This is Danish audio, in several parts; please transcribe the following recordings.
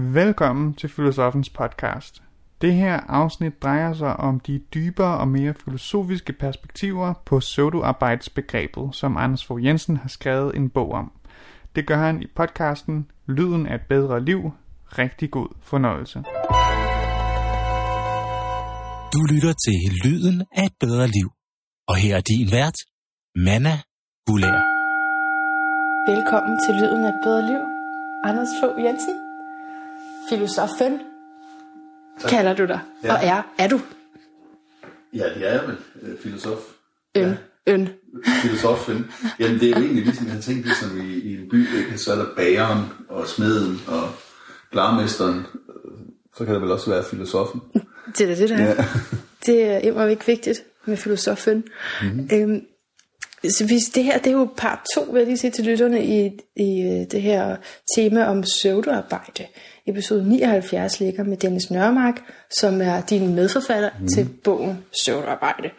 Velkommen til Filosofens podcast. Det her afsnit drejer sig om de dybere og mere filosofiske perspektiver på pseudoarbejdsbegrebet, som Anders Fogh Jensen har skrevet en bog om. Det gør han i podcasten Lyden af et bedre liv. Rigtig god fornøjelse. Du lytter til Lyden af et bedre liv. Og her er din vært, Manna Buller. Velkommen til Lyden af et bedre liv, Anders Fogh Jensen. Filosofen kalder du dig, ja. Og er du? Ja, det er jeg vel, filosof. Filosofen. Jamen, det er jo egentlig ligesom, jeg har tænkt ligesom i en by, så er der bageren og smeden og glarmesteren. Så kan det vel også være filosofen. Det er det der. Ja. Det er immer ikke vigtigt med filosofen. Mm-hmm. Så hvis det her, det er jo part 2, vil jeg lige sige til lytterne, i det her tema om pseudoarbejde. Episode 79 ligger med Dennis Nørmark, som er din medforfatter til bogen Pseudoarbejde.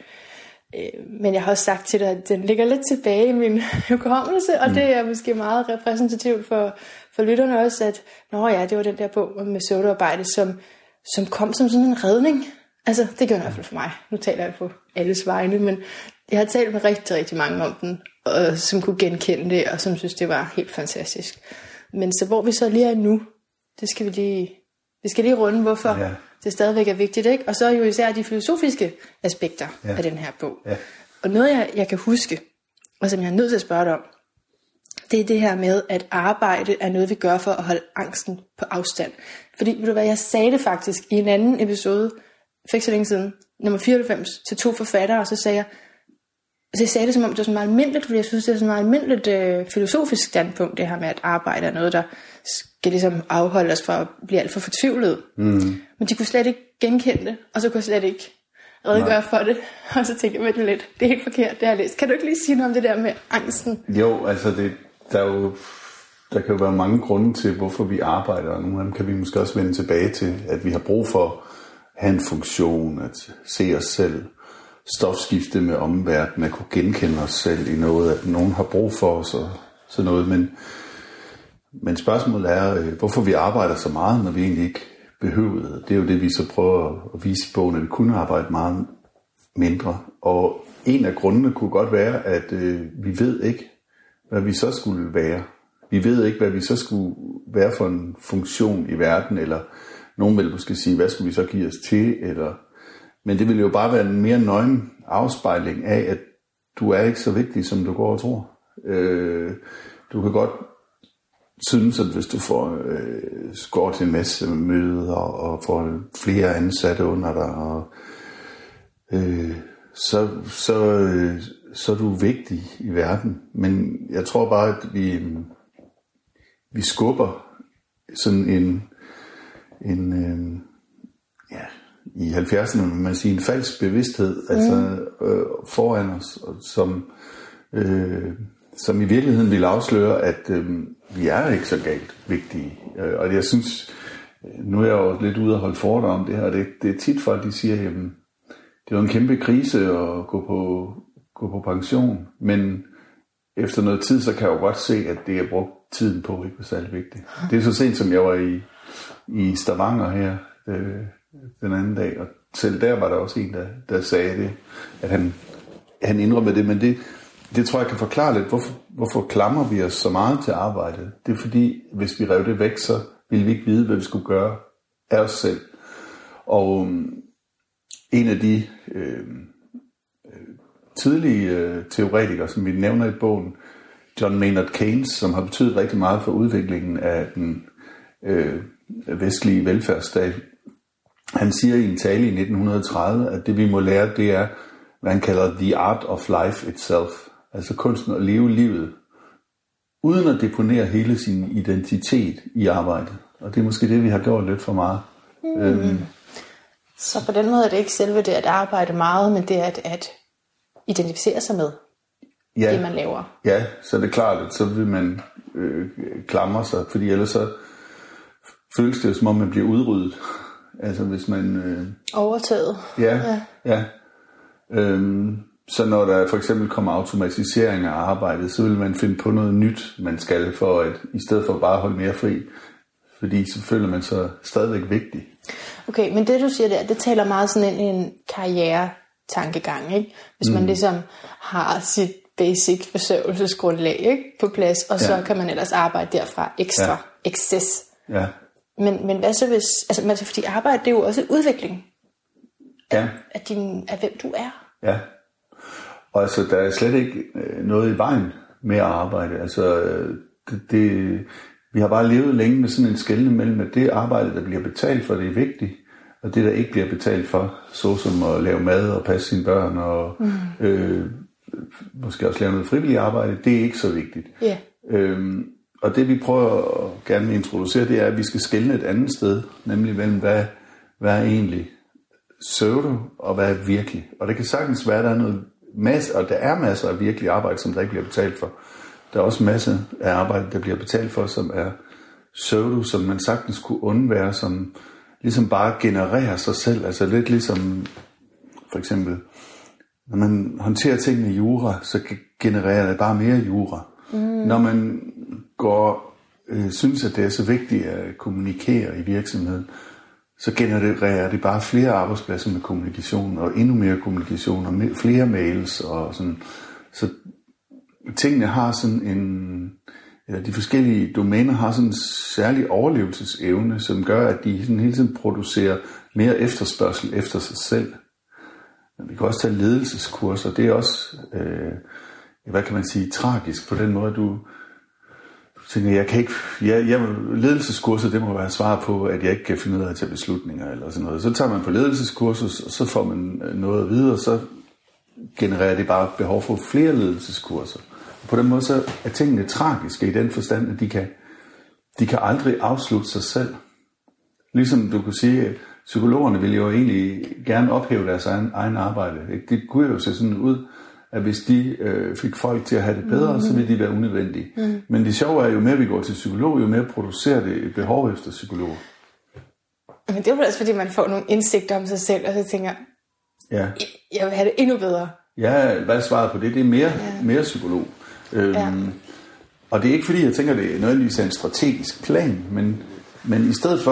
Men jeg har også sagt til dig, at den ligger lidt tilbage i min hukommelse, og det er måske meget repræsentativt for lytterne også, at det var den der bog med pseudoarbejde, som kom som sådan en redning. Altså, det gør i hvert fald for mig. Nu taler jeg på alles vegne, men jeg har talt med rigtig, rigtig mange om den, og som kunne genkende det, og som synes, det var helt fantastisk. Men så hvor vi så lige er nu, det skal lige runde, hvorfor det stadigvæk er vigtigt, ikke? Og så er jo især de filosofiske aspekter af den her bog. Ja. Og noget, jeg kan huske, og som jeg er nødt til at spørge dig om, det er det her med, at arbejde er noget, vi gør for at holde angsten på afstand. Fordi, ved du hvad, jeg sagde det faktisk i en anden episode, for ikke så længe siden, nummer 94, til 2 forfattere, og så sagde det som om, det var sådan meget almindeligt, fordi jeg synes, det er sådan meget almindeligt filosofisk standpunkt, det her med, at arbejde er noget, der skal ligesom afholde os fra at blive alt for fortvivlet. Men de kunne slet ikke genkende det, og så kunne jeg slet ikke redegøre for det. Og så tænkte jeg, lidt, det er helt forkert, det har jeg læst. Kan du ikke lige sige noget om det der med angsten? Jo, altså der kan jo være mange grunde til, hvorfor vi arbejder, og nogle af dem kan vi måske også vende tilbage til, at vi har brug for at have en funktion, at se os selv, stofskifte med omverdenen, at kunne genkende os selv i noget, at nogen har brug for os og sådan noget. Men spørgsmålet er, hvorfor vi arbejder så meget, når vi egentlig ikke behøvede. Det er jo det, vi så prøver at vise i bogen, at vi kunne arbejde meget mindre. Og en af grundene kunne godt være, at vi ved ikke, hvad vi så skulle være. Vi ved ikke, hvad vi så skulle være for en funktion i verden, eller nogen vil måske sige, hvad skulle vi så give os til, men det vil jo bare være en mere nøgen afspejling af, at du er ikke så vigtig, som du går og tror. Du kan godt synes, at hvis du går til en masse møder og får flere ansatte under dig, og, så er du vigtig i verden. Men jeg tror bare, at vi skubber sådan i 70'erne, man sige, en falsk bevidsthed foran os, som i virkeligheden vil afsløre, at vi er ikke så galt vigtige. Og jeg synes, nu er jeg jo lidt ude at holde foredrag om det her, det er tit folk, de siger, jamen, det er jo en kæmpe krise at gå på pension, men efter noget tid, så kan jeg jo godt se, at det jeg brugt tiden på ikke var særlig vigtigt. Det er så sent, som jeg var i Stavanger her den anden dag, og selv der var der også en, der sagde det, at han indrømmede det, men det tror jeg kan forklare lidt, hvorfor klamrer vi os så meget til arbejdet. Det er fordi, hvis vi rev det væk, så ville vi ikke vide, hvad vi skulle gøre af os selv. Og en af de tidlige teoretikere, som vi nævner i bogen, John Maynard Keynes, som har betydet rigtig meget for udviklingen af den vestlige velfærdsstat, han siger i en tale i 1930, at det vi må lære, det er, hvad han kalder the art of life itself. Altså kunsten at leve livet, uden at deponere hele sin identitet i arbejdet. Og det er måske det, vi har gjort lidt for meget. Så på den måde er det ikke selve det at arbejde meget, men det er at identificere sig med det, man laver. Ja, så det er klart, at så vil man klamre sig, fordi ellers så føles det som om man bliver udryddet. Altså hvis man overtaget. Ja. Så når der for eksempel kommer automatisering af arbejdet, så vil man finde på noget nyt, man skal, for at i stedet for bare at holde mere fri, fordi så føler man sig stadigvæk vigtig. Okay, men det du siger der, det taler meget sådan ind i en karriere-tankegang, ikke? Hvis man ligesom har sit basic forsørgelsesgrundlag, ikke, på plads, og så kan man ellers arbejde derfra ekstra, excess. Ja. Men hvad så hvis, altså fordi arbejde, det er jo også en udvikling af hvem du er. Ja, og altså der er slet ikke noget i vejen med at arbejde. Altså vi har bare levet længe med sådan en skelne mellem, at det arbejde, der bliver betalt for, det er vigtigt, og det, der ikke bliver betalt for, såsom at lave mad og passe sine børn, og måske også lave noget frivilligt arbejde, det er ikke så vigtigt. Yeah. Og det vi prøver at gerne introducere, det er, at vi skal skelne et andet sted, nemlig mellem, hvad er egentlig pseudo, og hvad er virkelig. Og det kan sagtens være, at der er noget og der er masser af virkelig arbejde, som der ikke bliver betalt for. Der er også masser af arbejde, der bliver betalt for, som er pseudo, som man sagtens kunne undvære, som ligesom bare genererer sig selv. Altså lidt ligesom, for eksempel, når man håndterer tingene i jura, så genererer det bare mere jura. Når man synes, at det er så vigtigt at kommunikere i virksomheden, så genererer det bare flere arbejdspladser med kommunikation, og endnu mere kommunikation, og flere mails, og sådan. Så tingene har sådan de forskellige domæner har sådan en særlig overlevelsesevne, som gør, at de sådan hele tiden producerer mere efterspørgsel efter sig selv. Vi kan også tage ledelseskurser, det er også, hvad kan man sige, tragisk på den måde, du tænker, ledelseskurser, det må være svar på, at jeg ikke kan finde ud af at tage beslutninger, eller sådan noget. Så tager man på ledelseskurser, og så får man noget at vide, og så genererer det bare behov for flere ledelseskurser. Og på den måde så er tingene tragiske i den forstand, at de kan aldrig afslutte sig selv. Ligesom du kunne sige, psykologerne ville jo egentlig gerne ophæve deres egen arbejde. Ikke? Det kunne jo se sådan ud, at hvis de fik folk til at have det bedre, så ville de være unødvendige. Men det sjove er, jo mere vi går til psykolog, jo mere producerer det et behov efter psykologer. Men det er jo også, fordi man får nogle indsigter om sig selv, og så tænker, jeg vil have det endnu bedre. Ja, hvad er svaret på det? Det er mere psykolog. Og det er ikke fordi, jeg tænker, det er nødvendigvis en strategisk plan, men i stedet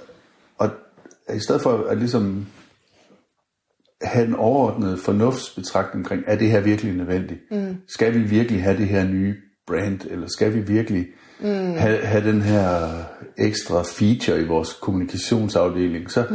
for at ligesom have en overordnet fornuftsbetragtning omkring, er det her virkelig nødvendigt? Skal vi virkelig have det her nye brand, eller skal vi virkelig have den her ekstra feature i vores kommunikationsafdeling? Så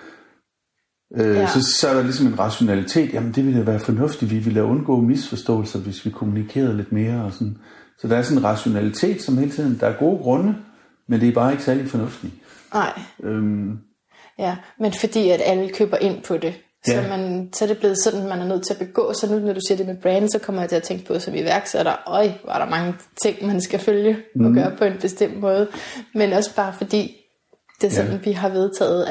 er der ligesom en rationalitet, jamen det ville da være fornuftigt, vi ville undgå misforståelser, hvis vi kommunikerede lidt mere og sådan. Så der er sådan en rationalitet, som hele tiden, der er gode grunde, men det er bare ikke særlig fornuftigt. Nej. Ja, men fordi at alle køber ind på det, så er det blevet sådan, man er nødt til at begå. Så nu, når du siger det med brand, så kommer jeg til at tænke på som iværksætter, hvor er der mange ting, man skal følge og gøre på en bestemt måde. Men også bare fordi, det er sådan, vi har vedtaget,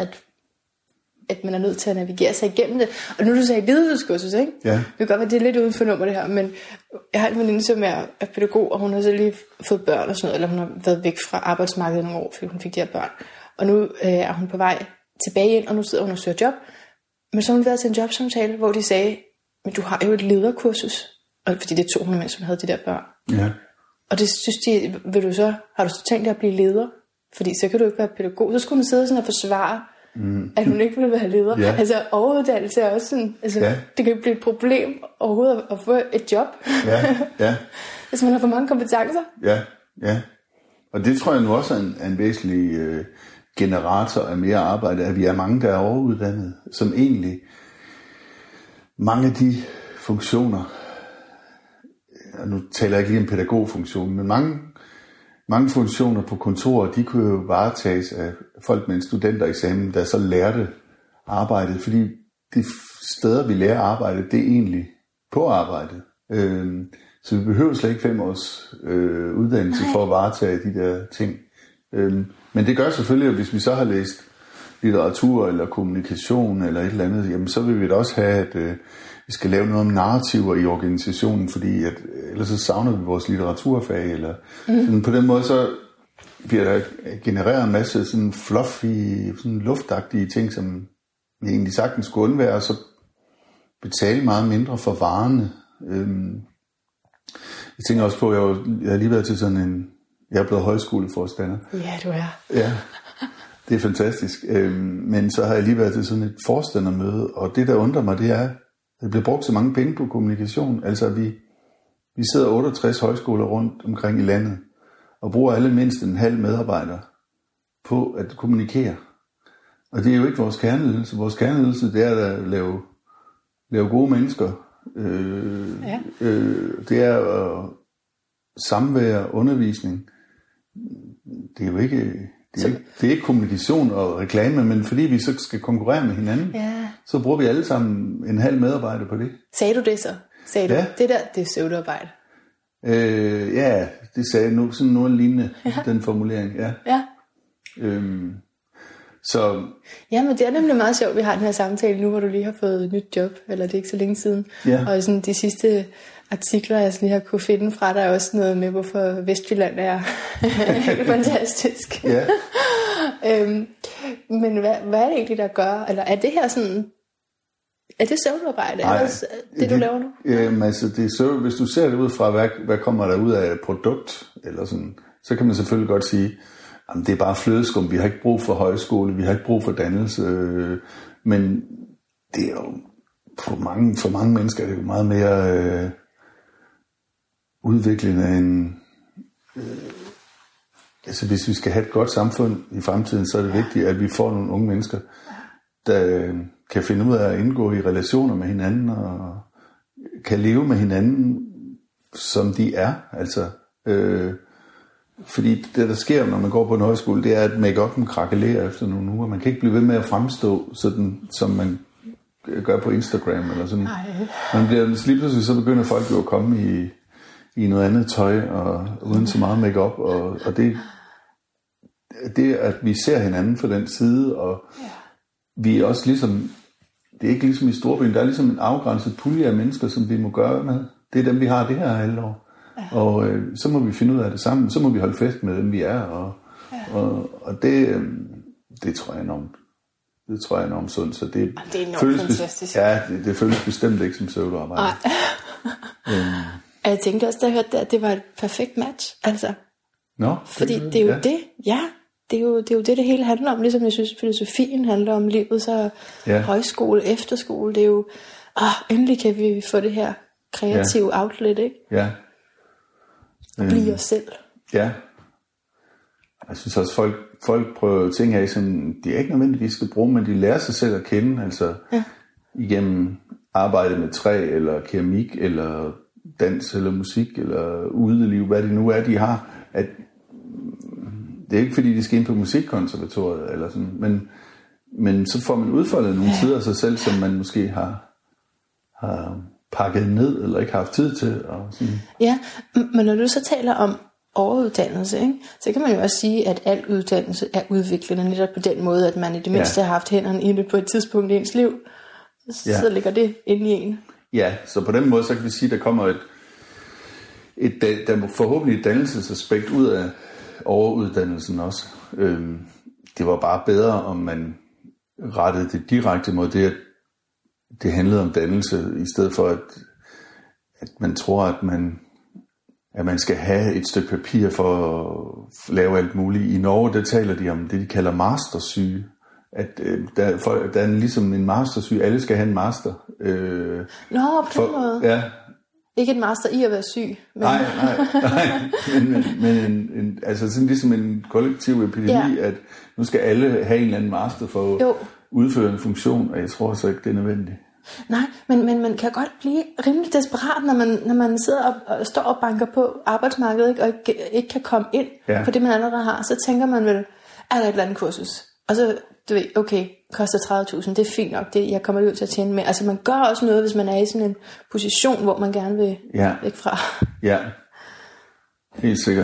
at man er nødt til at navigere sig igennem det. Og nu du sagde ledelseskursus, ikke? Ja. Det kan godt være, det er lidt uden for nummer det her, men jeg har en veninde, som er pædagog, og hun har så lige fået børn og sådan noget, eller hun har været væk fra arbejdsmarkedet nogle år, fordi hun fik de her børn. Og nu er hun på vej tilbage ind, og nu sidder hun og søger job. Men så har hun været til en jobsamtale, hvor de sagde, men du har jo et lederkursus. Og fordi det tog hun, mens hun havde de der børn. Ja. Og det synes de, har du så tænkt dig at blive leder? Fordi så kan du ikke være pædagog. Så skulle hun sidde sådan og forsvare, at hun ikke ville være leder. Ja. Altså overuddannelse er også sådan, det kan blive et problem overhovedet at få et job. Ja. Hvis man har for mange kompetencer. Ja. Og det tror jeg nu også er en væsentlig generator af mere arbejde, at vi er mange, der er overuddannet, som egentlig mange af de funktioner, og nu taler jeg ikke lige om pædagogfunktionen, men mange funktioner på kontorer, de kunne jo varetages af folk med en studentereksamen, der så lærte arbejdet, fordi de steder, vi lærer arbejdet, det er egentlig på arbejdet. Så vi behøver slet ikke 5 års uddannelse for at varetage de der ting. Men det gør selvfølgelig, at hvis vi så har læst litteratur eller kommunikation eller et eller andet, jamen så vil vi da også have, at vi skal lave noget om narrativer i organisationen, fordi ellers så savner vi vores litteraturfag. Eller sådan, på den måde så bliver der genereret en masse sådan fluffy, sådan luftagtige ting, som vi egentlig sagtens skulle undvære, og så betale meget mindre for varerne. Jeg tænker også på, jeg har lige været til sådan Jeg er blevet højskoleforstander. Ja, du er. Ja, det er fantastisk. Men så har jeg lige været til sådan et forstandermøde, og det, der undrer mig, det er, at der bliver brugt så mange penge på kommunikation. Altså, vi sidder 68 højskoler rundt omkring i landet, og bruger alle mindst en halv medarbejder på at kommunikere. Og det er jo ikke vores kerneledelse. Vores kerneledelse, det er at lave gode mennesker. Det er samvær, undervisning. Det er jo ikke... Det er ikke kommunikation og reklame, men fordi vi så skal konkurrere med hinanden, så bruger vi alle sammen en halv medarbejder på det. Sagde du det så? Sagde du, det der, det er pseudoarbejde? Ja, det sagde nu sådan noget lignende, den formulering, ja. Så... Ja, men det er nemlig meget sjovt, vi har den her samtale nu, hvor du lige har fået et nyt job, eller det er ikke så længe siden. Og sådan de sidste artikler, jeg lige har kunne finde fra, der er også noget med, hvorfor Vestjylland er helt fantastisk. Men hvad er det egentlig, der gør? Eller er det her sådan... Er det søvnarbejde? Nej, det du laver nu? Altså, det er søvn. Hvis du ser det ud fra, hvad kommer der ud af et produkt, eller sådan, så kan man selvfølgelig godt sige, jamen, det er bare flødeskum, vi har ikke brug for højskole, vi har ikke brug for dannelse, men det er jo, for mange mennesker er det jo meget mere udviklende end... Altså, hvis vi skal have et godt samfund i fremtiden, så er det vigtigt, at vi får nogle unge mennesker, der kan finde ud af at indgå i relationer med hinanden, og kan leve med hinanden, som de er. Altså, fordi det, der sker, når man går på en højskole, det er, at make-up'en krakelerer efter nogle uger. Man kan ikke blive ved med at fremstå sådan, som man gør på Instagram, eller sådan. Man bliver lige pludselig, så begynder folk jo at komme i noget andet tøj, og uden så meget make-up, og det, at vi ser hinanden fra den side, og vi er også ligesom, det er ikke ligesom i storbyen, der er ligesom en afgrænset pulje af mennesker, som vi må gøre med. Det er dem, vi har det her halvår. Og så må vi finde ud af det sammen, så må vi holde fest med dem, vi er, og det tror jeg enormt. Det tror jeg er enormt sundt, så det er enormt fantastisk. Det føles bestemt ikke som pseudoarbejde. Jeg tænkte også, da jeg hørte det, at det var et perfekt match, altså. Fordi det er jo det er jo det hele handler om, ligesom jeg synes, filosofien handler om livet, så højskole, efterskole, det er jo, endelig kan vi få det her kreative outlet, ikke? Blive os selv. Ja. Jeg synes også, folk prøver ting af, som de ikke nødvendigvis skal bruge, men de lærer sig selv at kende, altså igennem arbejde med træ, eller keramik, eller dans, eller musik, eller udeliv, hvad det nu er, de har, at det er ikke fordi, de skal ind på musikkonservatoriet, eller sådan, men så får man udfoldet nogle sider af sig selv, som man måske har pakket ned, eller ikke har haft tid til. Og sådan. Ja, men når du så taler om overuddannelse, ikke, så kan man jo også sige, at al uddannelse er udviklende netop på den måde, at man i det mindste har haft hænderne inde på et tidspunkt i ens liv. Så ligger det inde i en. Ja, så på den måde, så kan vi sige, at der kommer der forhåbentlig et dannelsesaspekt ud af overuddannelsen også. Det var bare bedre, om man rettede det direkte mod det, at det handlede om dannelse, i stedet for at man tror, at man skal have et stykke papir for at lave alt muligt. I Norge, der taler de om det, de kalder mastersyge. At der er ligesom en mastersyge. Alle skal have en master. På den måde. Ja. Ikke en master i at være syg. Men... Nej. Men altså sådan ligesom en kollektiv epidemi, at nu skal alle have en eller anden master for at udføre en funktion, og jeg tror så ikke, det er nødvendigt. Nej, men man kan godt blive rimelig desperat, når man sidder og står og banker på arbejdsmarkedet, ikke, og ikke kan komme ind på det, man allerede har. Så tænker man vel, er der et eller andet kursus? Og så, du ved, okay, koster 30.000, det er fint nok, jeg kommer ud til at tjene med. Altså man gør også noget, hvis man er i sådan en position, hvor man gerne vil væk fra. Ja, helt sikkert.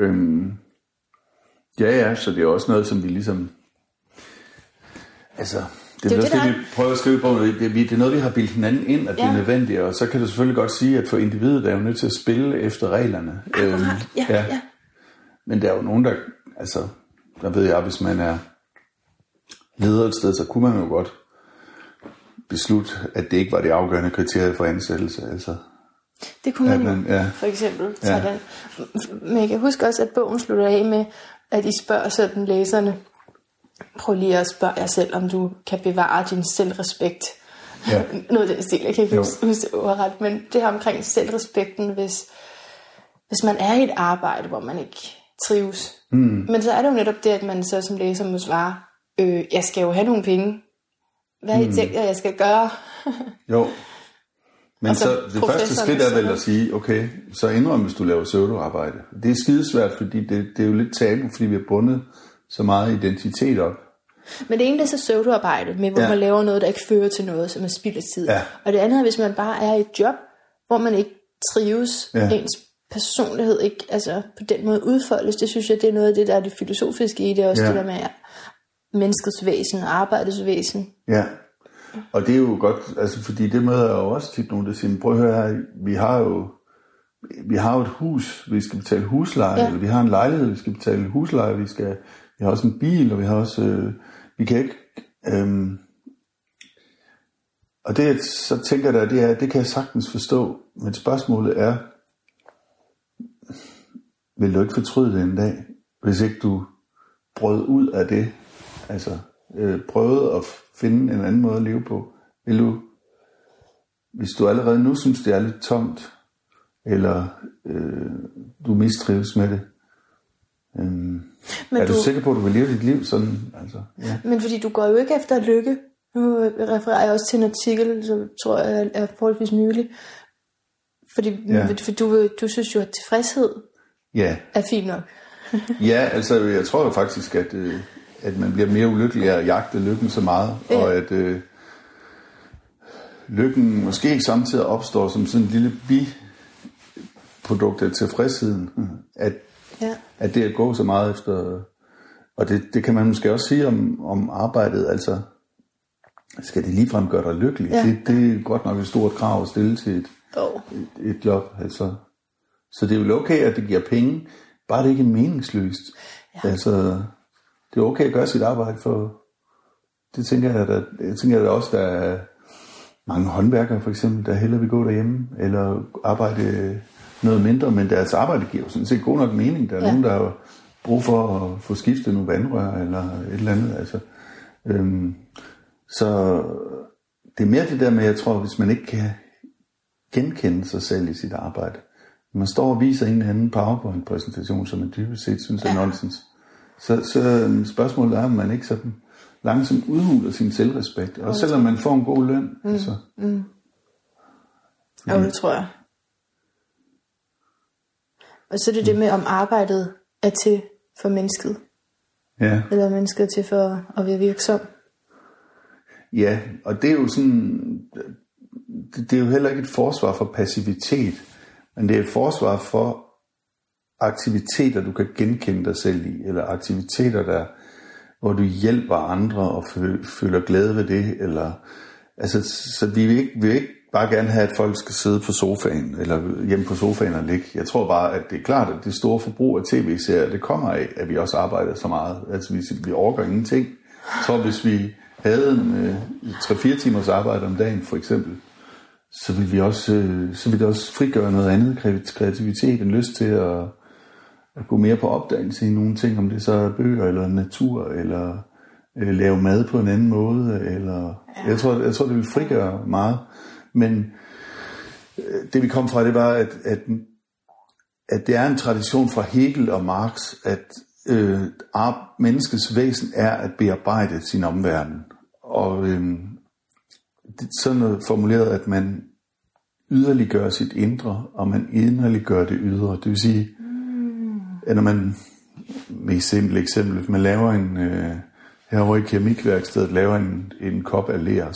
Så det er også noget, som vi ligesom... Altså... Det er det, vi prøver at skrive på. Det er noget, vi har bildt hinanden ind, at det er nødvendigt. Og så kan du selvfølgelig godt sige, at for individet er jo nødt til at spille efter reglerne. Men der er jo nogen, der... Altså, der ved jeg, hvis man er leder et sted, så kunne man jo godt beslutte, at det ikke var det afgørende kriterie for ansættelse. Altså, Det kunne man jo, for eksempel. Ja. Men jeg kan huske også, at bogen slutter af med, at I spørger sådan læserne, prøv lige at spørge jer selv, om du kan bevare din selvrespekt. Ja. Noget af den stil, jeg kan ikke huske det overret, men det her omkring selvrespekten, hvis man er i et arbejde, hvor man ikke trives. Men så er det jo netop det, at man så som læser må svare, jeg skal jo have nogle penge. Hvad er det tænkt, jeg skal gøre? Jo. Men så det første skridt er vel at sige, okay, så indrøm, hvis du laver pseudoarbejde. Det er skidesvært, fordi det er jo lidt tabu, fordi vi har bundet så meget identitet op. Men det ene, det er så pseudoarbejde, med hvor man laver noget, der ikke fører til noget, som er spild af tid. Ja. Og det andet er, hvis man bare er i et job, hvor man ikke trives, ens personlighed ikke altså på den måde udfoldes. Det synes jeg, det er noget af det, der er det filosofiske i det, også det der med menneskets væsen og arbejdets væsen. Ja. Og det er jo godt, altså fordi det møder jo også tit nogen, der siger, prøv at høre her, vi har jo et hus, vi skal betale husleje, eller vi har en lejlighed, vi skal betale husleje, vi har også en bil, og vi har også, vi kan ikke, og det så tænker jeg, det kan jeg sagtens forstå, men spørgsmålet er, vil du ikke fortryde det en dag, hvis ikke du brød ud af det, altså prøvede at finde en anden måde at leve på? Vil du, hvis du allerede nu synes, det er lidt tomt, eller du mistrives med det, er du sikker på, at du vil leve dit liv sådan? Altså, ja. Men fordi du går jo ikke efter lykke. Nu refererer jeg også til en artikel, som tror jeg er forholdsvis nylig. For du synes jo, at tilfredshed er fint nok. Ja, altså jeg tror jo faktisk, at man bliver mere ulykkelig af at jagte lykken så meget, og at lykken måske ikke samtidig opstår som sådan en lille biprodukt af tilfredsheden, at det at gå så meget efter, og det kan man måske også sige om arbejdet, altså skal det ligefrem gøre dig lykkelig? Det er godt nok et stort krav at stille til et job, altså. Så det er jo okay, at det giver penge, bare det ikke er meningsløst. Altså, det er okay at gøre sit arbejde for, det tænker jeg da også, der er mange håndværkere for eksempel, der hellere vil gå derhjemme, eller arbejde noget mindre, men deres arbejde giver jo sådan set god nok mening. Der er nogen, der har brug for at få skiftet nogle vandrør, eller et eller andet, altså. Så det er mere det der med, jeg tror, hvis man ikke kan genkende sig selv i sit arbejde, man står og viser en eller anden PowerPoint-præsentation, som man dybest set synes er nonsens, så spørgsmålet er, om man ikke sådan langsomt udhuler sin selvrespekt, og selvom man får en god løn. Altså. Ja, det tror jeg. Og så er det med, om arbejdet er til for mennesket. Ja. Eller mennesket er til for at være virksom. Ja, og det er jo sådan, det er jo heller ikke et forsvar for passivitet, men det er et forsvar for aktiviteter, du kan genkende dig selv i, eller aktiviteter, hvor du hjælper andre og føler glæde ved det, eller, altså, så vi vil ikke bare gerne have, at folk skal sidde på sofaen, eller hjemme på sofaen og ligge. Jeg tror bare, at det er klart, at det store forbrug af tv-serier, det kommer af, at vi også arbejder så meget. Altså, vi overgår ingenting. Jeg tror, hvis vi havde en 3-4 timers arbejde om dagen, for eksempel, så ville det også frigøre noget andet kreativitet, en lyst til at gå mere på opdagelse i nogle ting, om det så er bøger, eller natur, eller lave mad på en anden måde, eller jeg tror, det vil frigøre meget. Men det vi kom fra, det var, at det er en tradition fra Hegel og Marx, at menneskets væsen er at bearbejde sin omverden. Og sådan noget formuleret, at man yderliggør sit indre, og man inderliggør det ydre. Det vil sige, at når man, med et simpelt eksempel, hvis man laver herovre i keramikværkstedet, laver en kop af ler,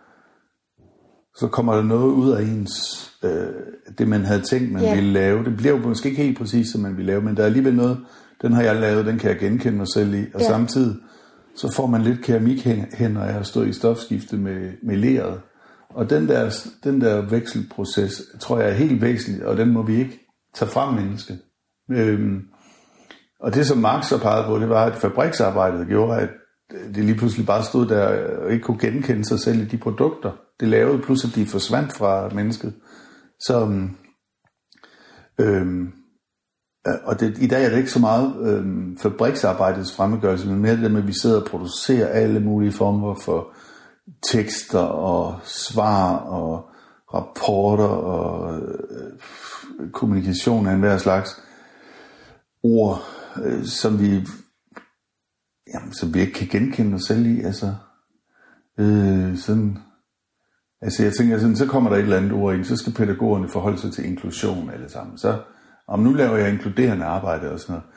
så kommer der noget ud af ens, det man havde tænkt, man ville lave. Det bliver jo måske ikke helt præcis, som man ville lave, men der er alligevel noget, den har jeg lavet, den kan jeg genkende mig selv i, og samtidig så får man lidt keramikhænder af at stå i stofskifte med leret. Og den der vekselproces, tror jeg er helt væsentlig, og den må vi ikke tage fra mennesket. Og det som Marx så pegede på, det var, at fabriksarbejdet gjorde, at det lige pludselig bare stod der og ikke kunne genkende sig selv i de produkter, det lavede, plus at de forsvandt fra mennesket. Så Og i dag er det ikke så meget fabriksarbejdets fremmedgørelse, men mere det med, at vi sidder og producerer alle mulige former for tekster og svar og rapporter og kommunikation af enhver slags ord, som vi ikke kan genkende os selv i. Altså, jeg tænker sådan, så kommer der et eller andet ord ind, så skal pædagogerne forholde sig til inklusion alle sammen. Så om nu laver jeg inkluderende arbejde og sådan noget,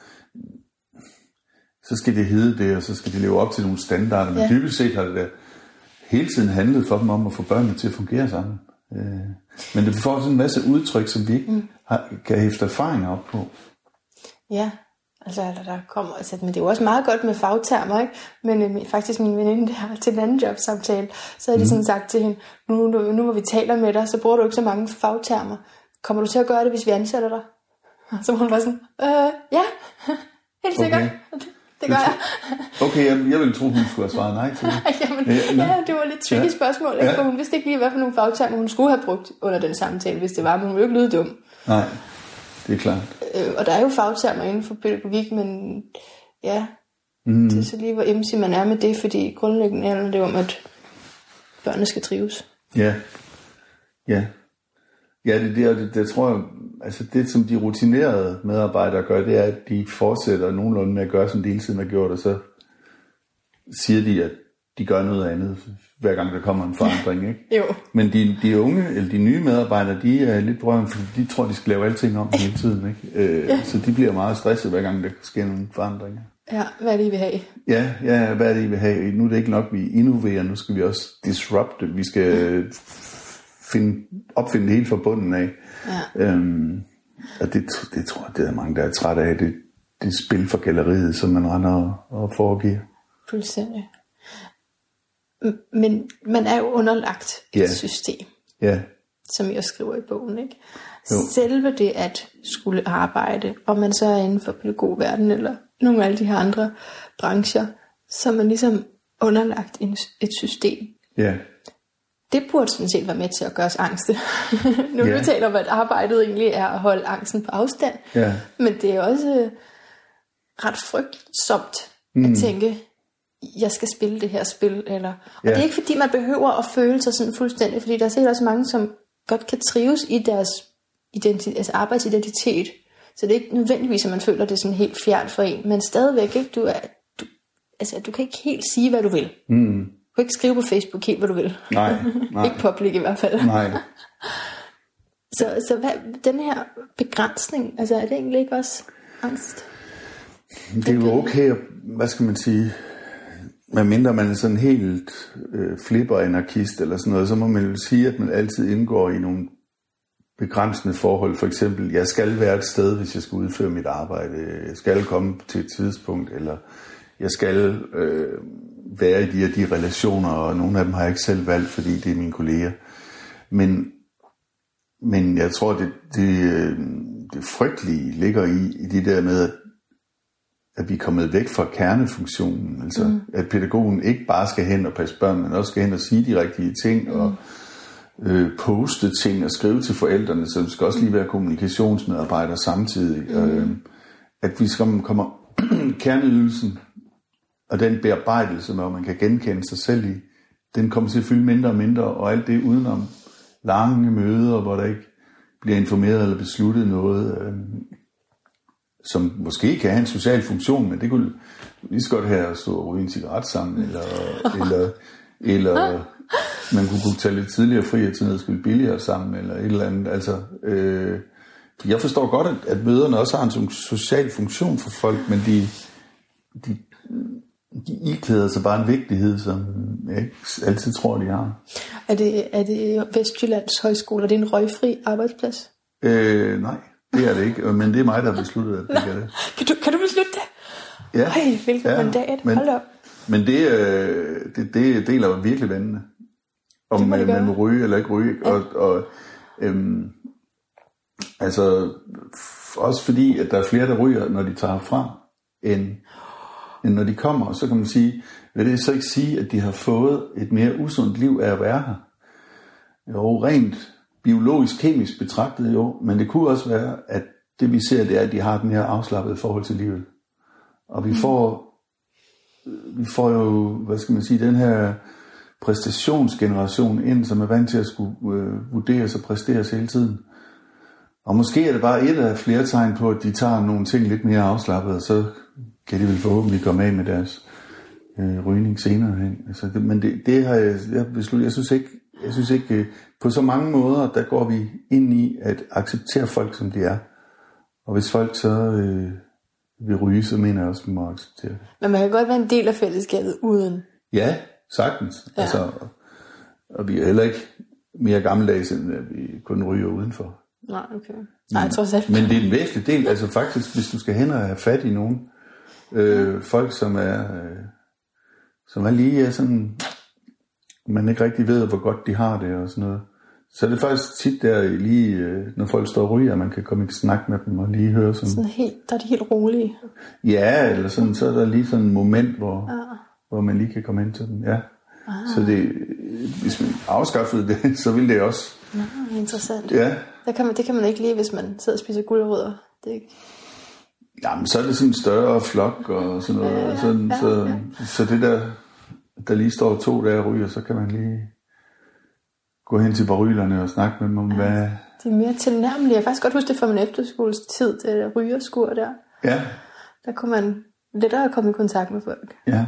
så skal det hedde det, og så skal de leve op til nogle standarder. Men dybest set har det da hele tiden handlet for dem om at få børnene til at fungere sammen. Men det får sådan en masse udtryk, som vi ikke kan hæfte erfaringer op på. Ja, altså der kommer, altså, men det er jo også meget godt med fagtermer, ikke? Men faktisk min veninde der til en anden jobsamtale, så har de sådan sagt til hende, nu hvor vi taler med dig, så bruger du ikke så mange fagtermer. Kommer du til at gøre det, hvis vi ansætter dig? Så hun var sådan, ja, helt sikkert. Okay. Det gør jeg. Okay, jeg ville tro, hun skulle have svaret nej til det. Jamen, det var lidt tricky spørgsmål, ikke? For hun vidste ikke lige, hvad for nogle fagtermer hun skulle have brugt under den samtale, hvis det var, men hun ville ikke lyde dum. Nej, det er klart. Og der er jo fagtermer inden for pædagogik, men ja, det er så lige, hvor emsig man er med det, fordi grundlæggende handler det om, at børnene skal trives. Ja, det tror jeg, altså det som de rutinerede medarbejdere gør, det er, at de fortsætter nogenlunde med at gøre, som de hele tiden har gjort, og så siger de, at de gør noget andet, hver gang der kommer en forandring, ikke? Jo. Men de unge, eller de nye medarbejdere, de er lidt drømme, fordi de tror, de skal lave alting om hele tiden, ikke? Så de bliver meget stresset, hver gang der sker nogle forandringer. Ja, hvad er det, I vil have? Ja, hvad er det, I vil have? Nu er det ikke nok, vi innoverer, nu skal vi også disrupte, vi skal opfinde det hele fra bunden af. Ja. Og det tror jeg, det er mange, der er trætte af, det spil for galleriet, som man render og foregiver. Fuldstændig. Men man er jo underlagt et system, som jeg skriver i bogen, ikke? Jo. Selve det at skulle arbejde, om man så er inden for pædagogverdenen eller nogle af alle de her andre brancher, så er man ligesom underlagt et system. Ja. Det burde sådan set være med til at gøre os angste. Nu taler om, at arbejdet egentlig er at holde angsten på afstand. Ja. Men det er også ret frygtsomt at tænke, jeg skal spille det her spil. Og det er ikke fordi, man behøver at føle sig sådan fuldstændig, fordi der er sikkert også mange, som godt kan trives i deres arbejdsidentitet. Så det er ikke nødvendigvis, at man føler det sådan helt fjernt for en. Men stadigvæk, ikke? Du kan ikke helt sige, hvad du vil. Du kan ikke skrive på Facebook helt, hvad du vil. Nej. Ikke public i hvert fald. Nej. Så hvad, den her begrænsning, altså er det egentlig ikke også angst? Det er jo okay, hvad skal man sige, medmindre man er sådan helt flipper-anarkist eller sådan noget, så må man jo sige, at man altid indgår i nogle begrænsende forhold. For eksempel, jeg skal være et sted, hvis jeg skal udføre mit arbejde. Jeg skal komme til et tidspunkt, eller jeg skal være i de relationer, og nogle af dem har jeg ikke selv valgt, fordi det er mine kolleger. Men jeg tror, det frygtelige ligger i det der med, at vi er kommet væk fra kernefunktionen. Altså, at pædagogen ikke bare skal hen og passe børn, men også skal hen og sige de rigtige ting, og poste ting og skrive til forældrene, så det skal også lige være kommunikationsmedarbejder samtidig. At vi kommer kerneydelsen, og den bearbejdelse, hvor man kan genkende sig selv i, den kommer til at fylde mindre og mindre, og alt det udenom lange møder, hvor der ikke bliver informeret eller besluttet noget, som måske kan have en social funktion, men det kunne lige så godt have at stå og ryge en cigaret sammen, eller man kunne tage lidt tidligere fri til noget, spille billigere sammen, eller et eller andet. Altså, jeg forstår godt, at møderne også har en social funktion for folk, men de iklæder sig bare en vigtighed, som jeg ikke altid tror, de har. Er det Vestjyllands Højskole? Er det en røgfri arbejdsplads? Nej, det er det ikke, men det er mig, der har besluttet, at det er det. Kan du beslutte det? Ja. Ej, hvilket mandat. Hold op. Men det deler jo virkelig vandene. Om man vil ryge eller ikke ryge. Ja. Altså, også fordi, at der er flere, der ryger, når de tager fra, end når de kommer. Så kan man sige, vil det så ikke sige, at de har fået et mere usundt liv af at være her? Jo, rent biologisk, kemisk betragtet jo, men det kunne også være, at det vi ser, det er, at de har den her afslappede forhold til livet. Og vi får jo, hvad skal man sige, den her præstationsgeneration ind, som er vant til at skulle vurderes og præsteres hele tiden. Og måske er det bare et af flere tegn på, at de tager nogle ting lidt mere afslappet, og så kan de vel forhåbentlig komme af med deres rygning senere hen. Altså, men det har jeg besluttet. Jeg synes ikke, på så mange måder, der går vi ind i at acceptere folk, som de er. Og hvis folk så vil ryge, så mener jeg også, at vi må acceptere det. Men man kan godt være en del af fællesskabet uden. Ja, sagtens. Ja. Altså, og vi er heller ikke mere gammeldags, end at vi kun ryger udenfor. Nej, okay. Nej, trods alt. Men det er en væsentlig del. Altså faktisk, hvis du skal hen og have fat i nogen, folk, som er lige sådan, man ikke rigtig ved, hvor godt de har det og sådan noget. Så er det faktisk tit der lige, når folk står og ryger, man kan komme i snak med dem og lige høre sådan helt, der er de helt rolige. Ja, eller sådan, så er der lige sådan et moment, hvor man lige kan komme ind til dem. Ja. Så det, hvis man afskaffede det, så ville det også. Nå, interessant. Ja. Det kan man ikke lide, hvis man sidder og spiser gulerødder. Det er ikke... Jamen, så er det sådan en større flok og sådan noget. Så det der lige står 2 der og ryger, så kan man lige gå hen til barylerne og snakke med dem om, hvad... Det er mere tilnærmeligt. Jeg kan faktisk godt huske det fra min efterskolestid, det der rygerskur der. Ja. Der kunne man lettere komme i kontakt med folk. Ja.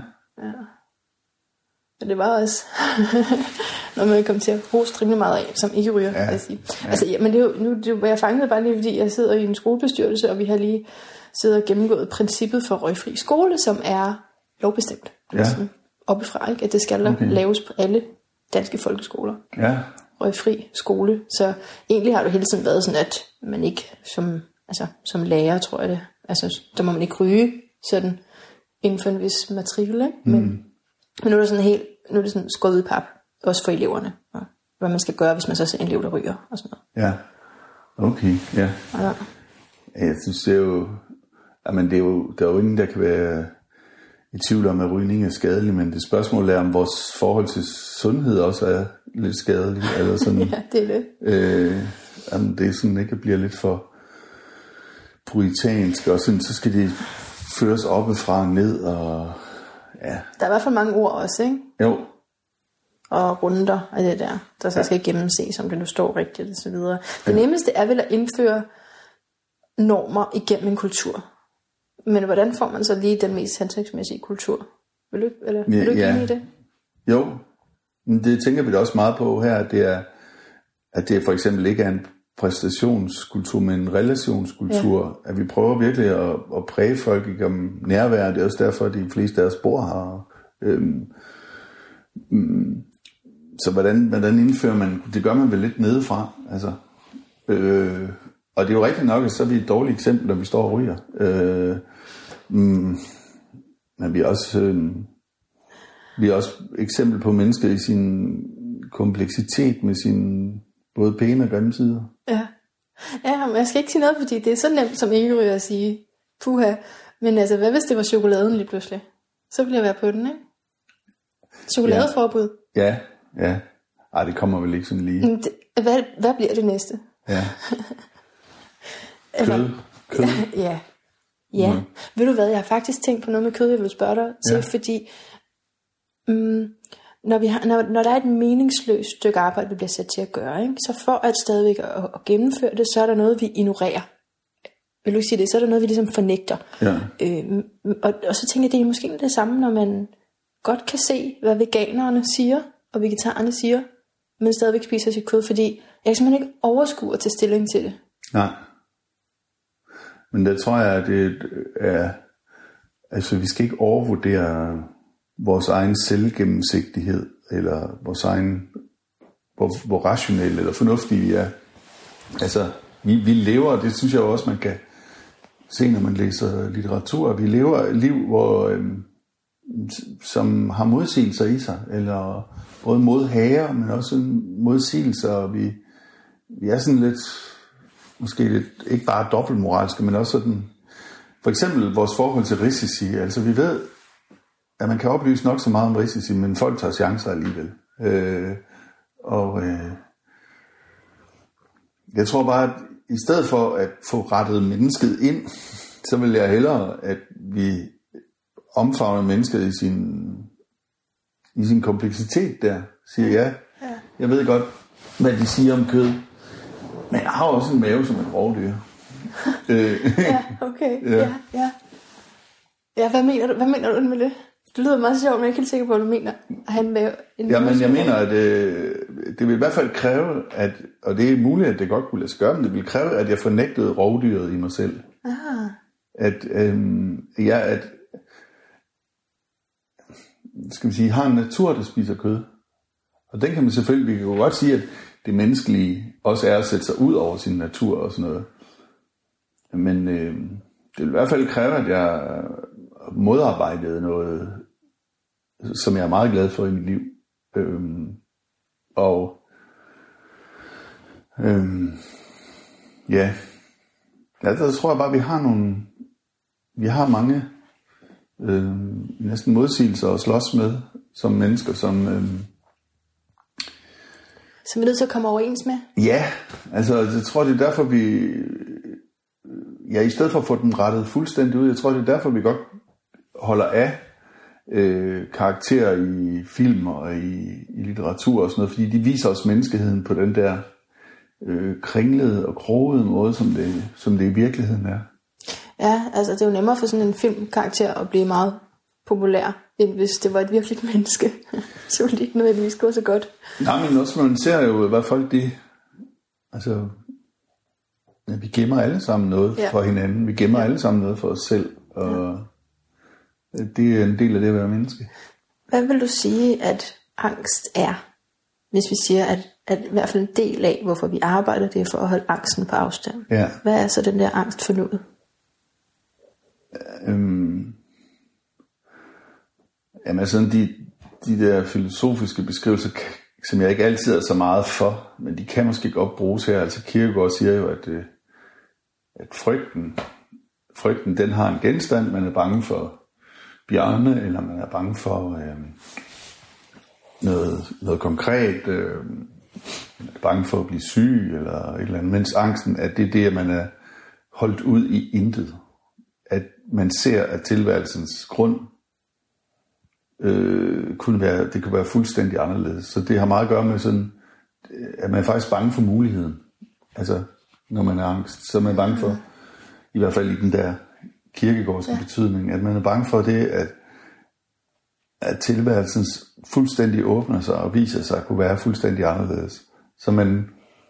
Men det var også, når man kom til at hoste rimelig meget af, som ikke ryger, vil jeg sige. Ja. Altså, men det var jeg fanget bare lige, fordi jeg sidder i en skolebestyrelse, og vi har lige siddet og gennemgået princippet for røgfri skole, som er lovbestemt. Ja. Oppefra, ikke? At det skal laves på alle danske folkeskoler. Ja. Røgfri skole. Så egentlig har det hele tiden været sådan, at man ikke som lærer, tror jeg det, altså der må man ikke ryge sådan inden for en vis matrikel, ikke? Men nu er det sådan nu er det sådan skåret ud i pap, også for eleverne, og hvad man skal gøre, hvis man så ser en elev, der ryger og sådan noget. Ja, okay, ja. Jeg synes, det er jo, der er jo ingen, der kan være i tvivl om, at rygning er skadelig, men det spørgsmål er, om vores forhold til sundhed også er lidt skadelig, eller sådan. Ja, det er det. Det er sådan ikke, at bliver lidt for puritansk, og sådan, så skal det føres oppefra og ned, og ja. Der er i hvert fald mange ord også, ikke? Jo. Og runder af det der så skal gennemses, om det nu står rigtigt og så videre. Det nemmeste er vel at indføre normer igennem en kultur. Men hvordan får man så lige den mest hensigtsmæssige kultur? Vil du ikke give i det? Jo, men det tænker vi da også meget på her, at det for eksempel ikke er en præstationskultur, men en relationskultur, at vi prøver virkelig at præge folk igennem nærvær. Det er også derfor, at de fleste af os bor her. Så hvordan indfører man, det gør man vel lidt nedefra, altså. Og det er jo rigtigt nok, at så er vi et dårligt eksempel, når vi står og ryger. Men vi er også eksempel på mennesker i sin kompleksitet med sin både pæne og grimme sider. Ja, men jeg skal ikke sige noget, fordi det er så nemt som ikke ryger at sige puha. Men altså, hvad hvis det var chokoladen lige pludselig? Så ville jeg være på den, ikke? Chokoladeforbud. Ja. Ej, det kommer vel ikke sådan lige. Hvad bliver det næste? Ja. Kød. Ja. Ved du hvad, jeg har faktisk tænkt på noget med kød, jeg vil spørge dig til, fordi når der er et meningsløst stykke arbejde, vi bliver sat til at gøre, ikke? Så for at stadigvæk at gennemføre det, så er der noget, vi ignorerer. Vil du ikke sige det? Så er der noget, vi ligesom fornægter. Ja. Og så tænker jeg, det er måske det samme, når man godt kan se, hvad veganerne siger, og vegetarerne siger, men stadigvæk spiser sit kød, fordi jeg kan simpelthen ikke overskue at tage stilling til det. Nej. Men der tror jeg, at det er, altså vi skal ikke overvurdere vores egen selvgennemsigtighed, eller vores egen, hvor rationelle eller fornuftige vi er. Altså, vi lever, og det synes jeg også, man kan se, når man læser litteratur, vi lever et liv, som har modsigelser i sig, eller både modhager, men også modsigelser, og vi er sådan lidt, måske lidt, ikke bare dobbeltmoralske, men også sådan, for eksempel vores forhold til risici. Altså vi ved, at man kan oplyse nok så meget om risici, men folk tager chancer alligevel. Jeg tror bare, at i stedet for at få rettet mennesket ind, så vil jeg hellere, at vi omfavner mennesket i sin kompleksitet der. Siger ja, jeg ved godt, hvad de siger om kød, men jeg har også en mave som et rovdyr. Ja, okay. Ja. Ja, hvad mener du med det? Det lyder meget sjovt, men jeg er ikke helt sikker på, hvad du mener. Men jeg mener, at det vil i hvert fald kræve, og det er muligt, at det godt kunne lade sig gøre, men det vil kræve, at jeg fornægtede rovdyret i mig selv. Aha. At skal vi sige, har en natur, der spiser kød. Og den kan man selvfølgelig, vi kan jo godt sige, at det menneskelige også er at sætte sig ud over sin natur og sådan noget. Men det vil i hvert fald kræve, at jeg modarbejdede noget, som jeg er meget glad for i mit liv. Så tror jeg bare, vi har mange næsten modsigelser at slås med som mennesker, som vi er nødt til at komme overens med. Ja, altså jeg tror, det er derfor i stedet for at få den rettet fuldstændig ud, jeg tror, det er derfor, vi godt holder af karakterer i film og i litteratur og sådan noget, fordi de viser os menneskeheden på den der kringlede og krogede måde, som det i virkeligheden er. Ja, altså det er jo nemmere for sådan en filmkarakter at blive meget populær, end hvis det var et virkeligt menneske. Så ville det ikke nødvendigvis gå så godt. Nej, men også man ser jo, hvad folk vi gemmer alle sammen noget for hinanden. Vi gemmer alle sammen noget for os selv, og det er en del af det at være menneske. Hvad vil du sige, at angst er? Hvis vi siger, at i hvert fald en del af, hvorfor vi arbejder, det er for at holde angsten på afstand. Ja. Hvad er så den der angst for nuet? Jamen altså de der filosofiske beskrivelser, som jeg ikke altid er så meget for, men de kan måske godt bruges her. Altså Kierkegaard siger jo, at frygten den har en genstand. Man er bange for bjørne, eller man er bange for noget konkret. Man er bange for at blive syg, eller et eller andet. Mens angsten, at det er det, at man er holdt ud i intet. At man ser, at tilværelsens grund kunne være fuldstændig anderledes. Så det har meget at gøre med sådan, at man er faktisk bange for muligheden. Altså, når man er angst, så er man bange for, i hvert fald i den der kirkegårdske betydning, at man er bange for det, at tilværelsens fuldstændig åbner sig og viser sig at kunne være fuldstændig anderledes. Så man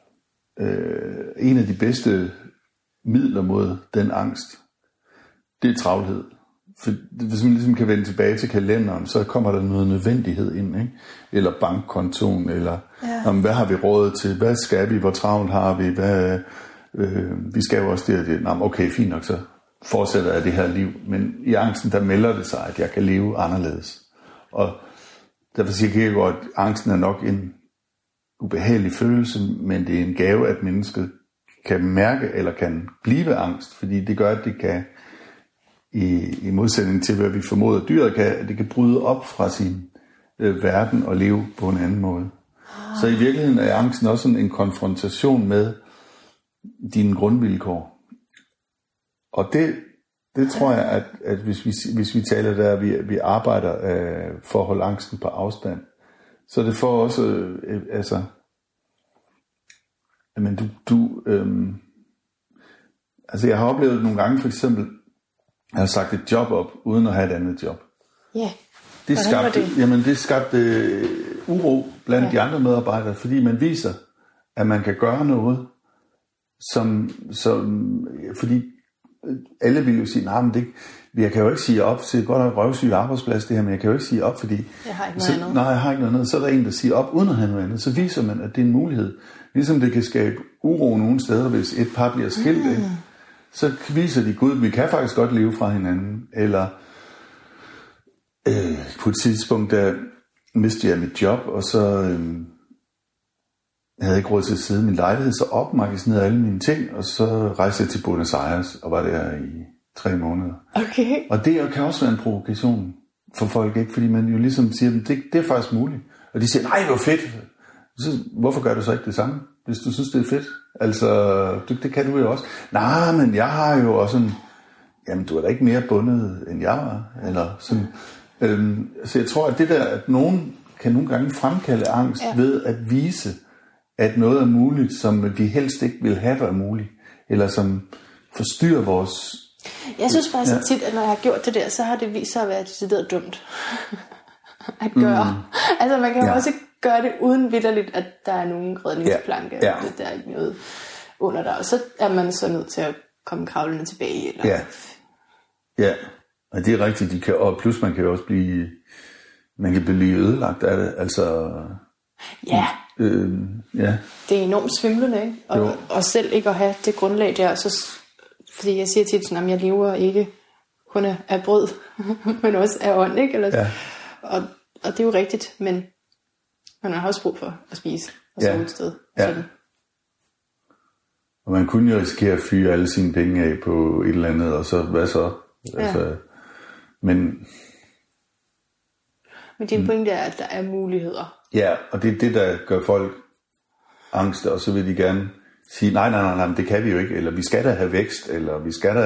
en af de bedste midler mod den angst, det er travlhed. For hvis man ligesom kan vende tilbage til kalenderen, så kommer der noget nødvendighed ind, ikke? Eller bankkontoen, eller hvad har vi råd til, hvad skal vi, hvor travlt har vi, vi skal jo også det. Okay, fint nok, så fortsætter jeg det her liv. Men i angsten, der melder det sig, at jeg kan leve anderledes. Og derfor siger Kierkegaard, at angsten er nok en ubehagelig følelse, men det er en gave, at mennesket kan mærke eller kan blive angst, fordi det gør, at det kan, i modsætning til, hvad vi formoder dyret kan, at det kan bryde op fra sin verden og leve på en anden måde. Så i virkeligheden er angsten også en konfrontation med dine grundvilkår. Og det tror jeg, at hvis vi taler der, vi arbejder for at holde angsten på afstand, så det får også, jeg har oplevet nogle gange, for eksempel, jeg har sagt et job op, uden at have et andet job. Ja, det skabte uro blandt de andre medarbejdere, fordi man viser, at man kan gøre noget, fordi alle vil jo sige, jeg kan jo ikke sige op, så det er godt nok røvsyg arbejdsplads det her, men jeg kan jo ikke sige op, fordi jeg har ikke noget andet. Nej, jeg har ikke noget andet. Så er der en, der siger op, uden at have noget andet. Så viser man, at det er en mulighed. Ligesom det kan skabe uro nogle steder, hvis et par bliver skilt, ikke? Så viser de, Gud, vi kan faktisk godt leve fra hinanden. Eller på et tidspunkt, der mistede jeg mit job, og så jeg havde ikke råd til at sidde i min lejlighed, så opmagasinerede alle mine ting, og så rejste jeg til Buenos Aires, og var der i 3 måneder. Okay. Og det kan også være en provokation for folk, ikke? Fordi man jo ligesom siger, det er faktisk muligt. Og de siger, nej, hvor fedt. Så hvorfor gør du så ikke det samme, hvis du synes, det er fedt? Altså, det kan du jo også. Nej, men jeg har jo også en... Jamen, du er da ikke mere bundet, end jeg var. Eller sådan. Så jeg tror, at det der, at nogen kan nogle gange fremkalde angst ved at vise, at noget er muligt, som vi helst ikke vil have, der er muligt. Eller som forstyrrer vores... Jeg synes bare så tit, at når jeg har gjort det der, så har det vist sig at være decideret dumt at gøre. Altså man kan jo også gøre det uden vitterligt, at der er nogen redningsplanke, eller der er ikke noget under der. Og så er man så nødt til at komme kravlende tilbage. Eller... Ja, og det er rigtigt. Og plus man kan jo også blive... Man kan blive ødelagt af det. Altså... Ja. Det er enormt svimlende, ikke? Og selv ikke at have det grundlag der, så... Fordi jeg siger tit sådan, at jeg lever ikke kun af brød, men også af ånd, ikke? Eller, og det er jo rigtigt, men man har også brug for at spise og sove et sted. Sådan. Og man kunne jo risikere at fyre alle sine penge af på et eller andet, og så hvad så? Altså, men din pointe er, at der er muligheder. Ja, og det er det, der gør folk angst, og så vil de gerne sige, nej, det kan vi jo ikke, eller vi skal da have vækst, eller vi skal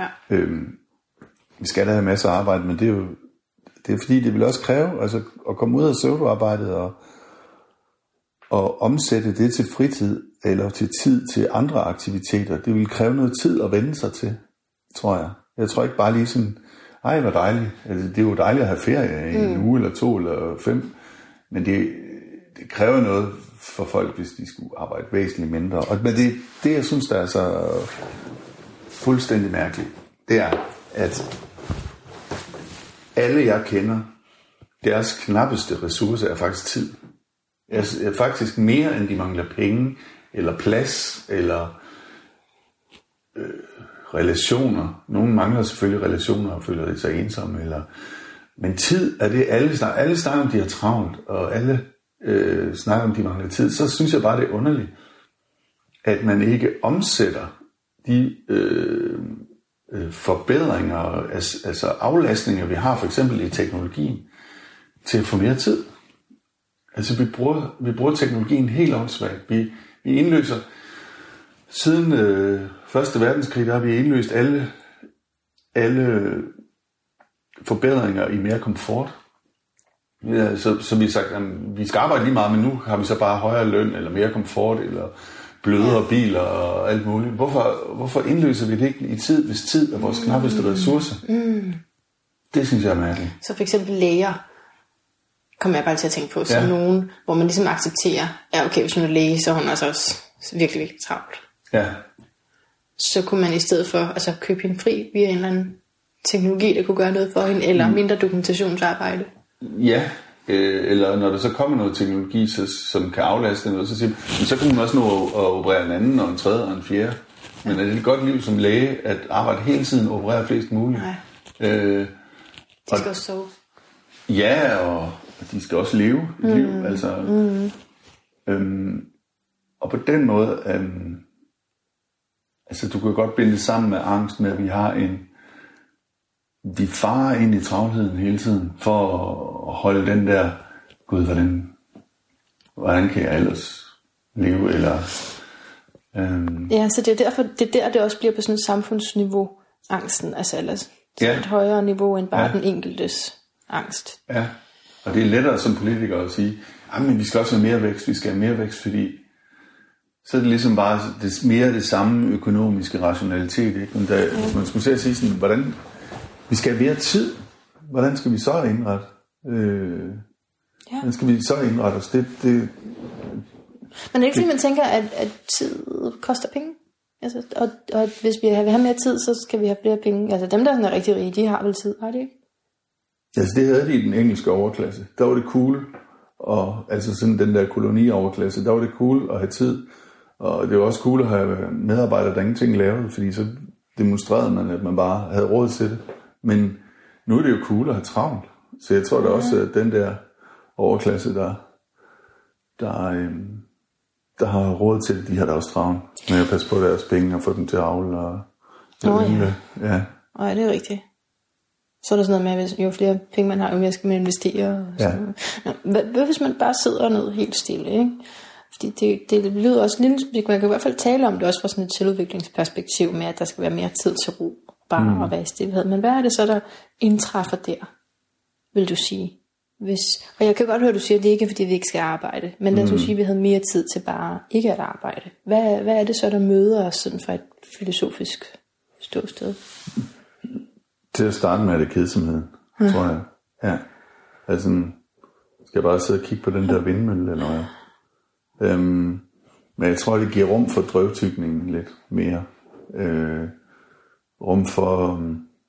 da have masser af arbejde, men det er fordi, det vil også kræve altså, at komme ud af pseudoarbejdet og omsætte det til fritid, eller til tid til andre aktiviteter. Det vil kræve noget tid at vende sig til, tror jeg. Jeg tror ikke bare lige sådan, ej, hvor dejligt. Altså, det er jo dejligt at have ferie i en uge, eller 2, eller 5, men det kræver noget for folk, hvis de skulle arbejde væsentligt mindre. Men det, jeg synes, der er så fuldstændig mærkeligt, det er, at alle, jeg kender, deres knappeste ressource er faktisk tid. Er faktisk mere, end de mangler penge, eller plads, eller relationer. Nogle mangler selvfølgelig relationer og føler sig ensomme. Men tid er det, alle snakker om, de har travlt, og alle snakker om, de mangler tid. Så synes jeg bare, det er underligt, at man ikke omsætter de forbedringer, altså aflastninger, vi har for eksempel i teknologien, til at få mere tid. Altså vi bruger teknologien helt åndssvagt. Vi indløser, siden Første Verdenskrig, der har vi indløst alle forbedringer i mere komfort. Ja, så vi har sagt, at vi skal arbejde lige meget, men nu har vi så bare højere løn, eller mere komfort, eller blødere biler og alt muligt. Hvorfor indløser vi det ikke i tid, hvis tid er vores knappeste ressource? Det synes jeg er mærkeligt. Så for eksempel læger, kommer jeg bare til at tænke på, som nogen, hvor man ligesom accepterer, ja okay, hvis hun er læge, så er hun altså også virkelig, virkelig travlt. Ja. Så kunne man i stedet for altså købe hende fri via en eller anden teknologi, der kunne gøre noget for hende, eller mindre dokumentationsarbejde. Ja, eller når der så kommer noget teknologi, som kan aflaste noget, så kan man også nå at operere en anden, og en tredje, og en fjerde. Men er det et godt liv som læge, at arbejde hele tiden og operere flest muligt? Nej. De skal også sove. Ja, og de skal også leve et liv. Altså. Og på den måde, altså du kan godt binde det sammen med angst, med at vi farer ind i travlheden hele tiden, for at holde den der, gud, hvordan kan jeg ellers leve, eller... Ja, så det er derfor, det også bliver på sådan et samfundsniveau, angsten, altså ellers et højere niveau, end bare den enkeltes angst. Ja, og det er lettere som politiker at sige, men vi skal også have mere vækst, fordi så er det ligesom bare mere det samme økonomiske rationalitet, ikke? Men man skulle sige sådan, hvordan vi skal have mere tid, hvordan skal vi så indrette? Hvordan skal vi så indrette os? Men er det ikke fordi, man tænker, at tid koster penge? Altså, og hvis vi vil have mere tid, så skal vi have flere penge. Altså dem, der er rigtig rige, de har vel tid, har de ikke? Altså det havde de i den engelske overklasse. Der var det cool, og altså sådan den der kolonioverklasse, der var det cool at have tid. Og det var også cool at have medarbejdere, der ingenting lavede, fordi så demonstrerede man, at man bare havde råd til det. Men nu er det jo cool at have travlt. Så jeg tror da også, at den der overklasse, der har råd til det, de har da også travlt med at passe på deres penge og få dem til at avle. Og ja. Nej, det er rigtigt. Så er der sådan noget med, at jo flere penge man har, jo mere skal man investere. Og sådan. Hvad hvis man bare sidder ned helt stille, ikke? Fordi det lyder også lidt, man kan i hvert fald tale om det også fra sådan et selvudviklingsperspektiv med, at der skal være mere tid til ro, bare at være i stillhed. Men hvad er det så, der indtræffer der, vil du sige? Og jeg kan godt høre, at du siger, at det ikke er, fordi vi ikke skal arbejde. Men lad os sige, at vi havde mere tid til bare ikke at arbejde. Hvad er det så, der møder os sådan fra et filosofisk ståsted? Til at starte med er det kedsomheden, tror jeg. Ja. Altså, skal jeg bare sidde og kigge på den der vindmølle, eller noget? Men jeg tror, det giver rum for drøvtykningen lidt mere. Rum for...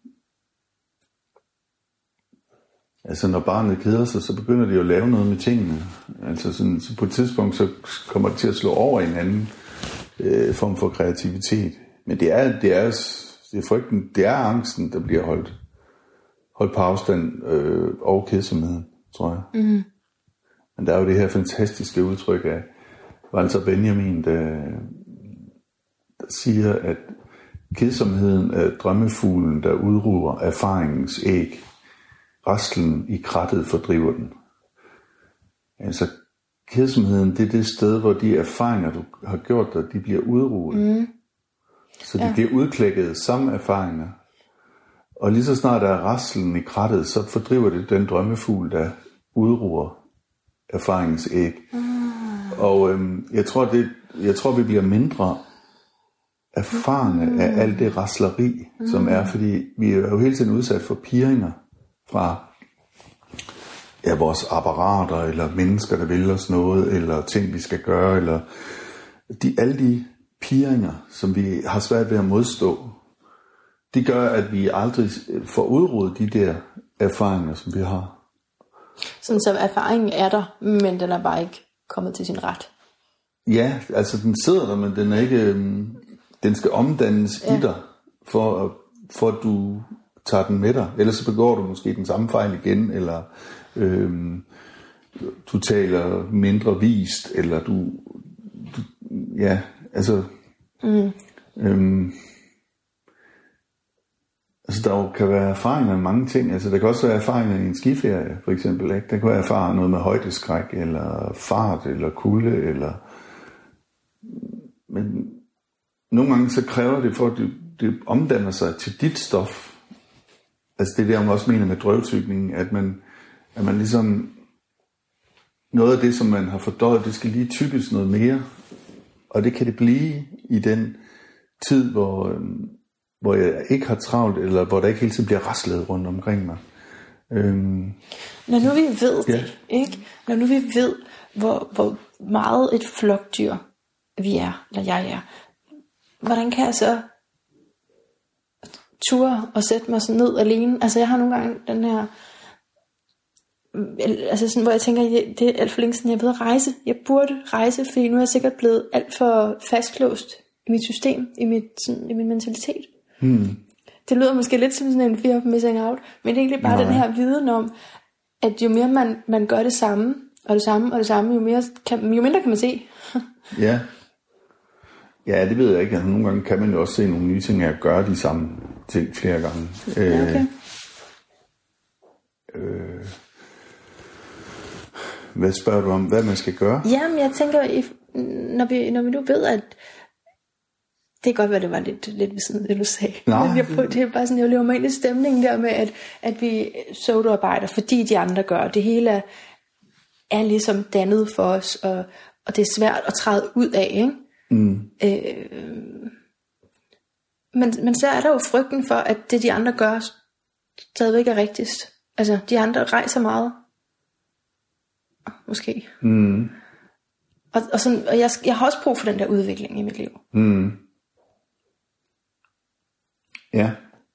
altså, når barnet keder sig, så begynder de at lave noget med tingene. Altså, sådan, så på et tidspunkt, så kommer det til at slå over en anden form for kreativitet. Men det er frygten, det er angsten, der bliver holdt på afstand og kedsomheden, tror jeg. Mm. Men der er jo det her fantastiske udtryk af Walter Benjamin, der siger, at kedsomheden er drømmefuglen, der udruger erfaringens æg. Raslen i krattet fordriver den. Altså, kedsomheden, det er det sted, hvor de erfaringer, du har gjort dig, de bliver udruet. Mm. Så de bliver udklækket som erfaringer. Og lige så snart der er raslen i krattet, så fordriver det den drømmefugl, der udruer erfaringens æg. Og jeg tror, vi bliver mindre erfarne af alt det rasleri, som er, fordi vi er jo hele tiden udsat for pirringer fra vores apparater, eller mennesker, der vil os noget, eller ting, vi skal gøre, eller alle de pirringer, som vi har svært ved at modstå, de gør, at vi aldrig får udryddet de der erfaringer, som vi har. Sådan så erfaringen er der, men den er bare ikke kommet til sin ret. Ja, altså den sidder der, men den er ikke, den skal omdannes i dig, for at du tager den med dig. Ellers så begår du måske den samme fejl igen, eller du taler mindre vist, eller du ja, altså altså der kan være erfaringer med mange ting. Altså der kan også være erfaringer i en skiferie, for eksempel, ikke? Der kan være erfaring noget med højdeskræk, eller fart, eller kulde, eller... Men nogle gange så kræver det, for at det omdanner sig til dit stof. Altså det er det, man også mener med drøvtykningen, at man ligesom... Noget af det, som man har fordøjet, det skal lige tykkes noget mere. Og det kan det blive i den tid, hvor jeg ikke har travlt, eller hvor der ikke hele tiden bliver raslet rundt omkring mig. Når nu vi ved det, ikke? Når nu vi ved, hvor meget et flokdyr vi er, eller jeg er, hvordan kan jeg så ture og sætte mig sådan ned alene? Altså jeg har nogle gange den her, altså sådan, hvor jeg tænker, det er alt for længe siden jeg er ved at rejse. Jeg burde rejse, fordi nu er jeg sikkert blevet alt for fastlåst i mit system, i min mentalitet. Det lyder måske lidt som sådan en fear of missing out, men det er egentlig bare den her viden om, at jo mere man gør det samme, og det samme, og det samme, jo mindre kan man se. Ja, det ved jeg ikke. Altså, nogle gange kan man jo også se nogle nye ting af at gøre de samme ting flere gange. Okay. Hvad spørger du om, hvad man skal gøre? Jamen, jeg tænker, når vi nu ved, at det kan godt være, det var lidt ved siden af det, du sagde. Det er bare sådan, jeg lever mig ind i stemningen der med, at vi pseudoarbejder, fordi de andre gør. Det hele er ligesom dannet for os, og det er svært at træde ud af, ikke? Men så er der jo frygten for, at det de andre gør, stadigvæk er rigtigst. Altså, de andre rejser meget. Måske. Og jeg har også brug for den der udvikling i mit liv. Ja.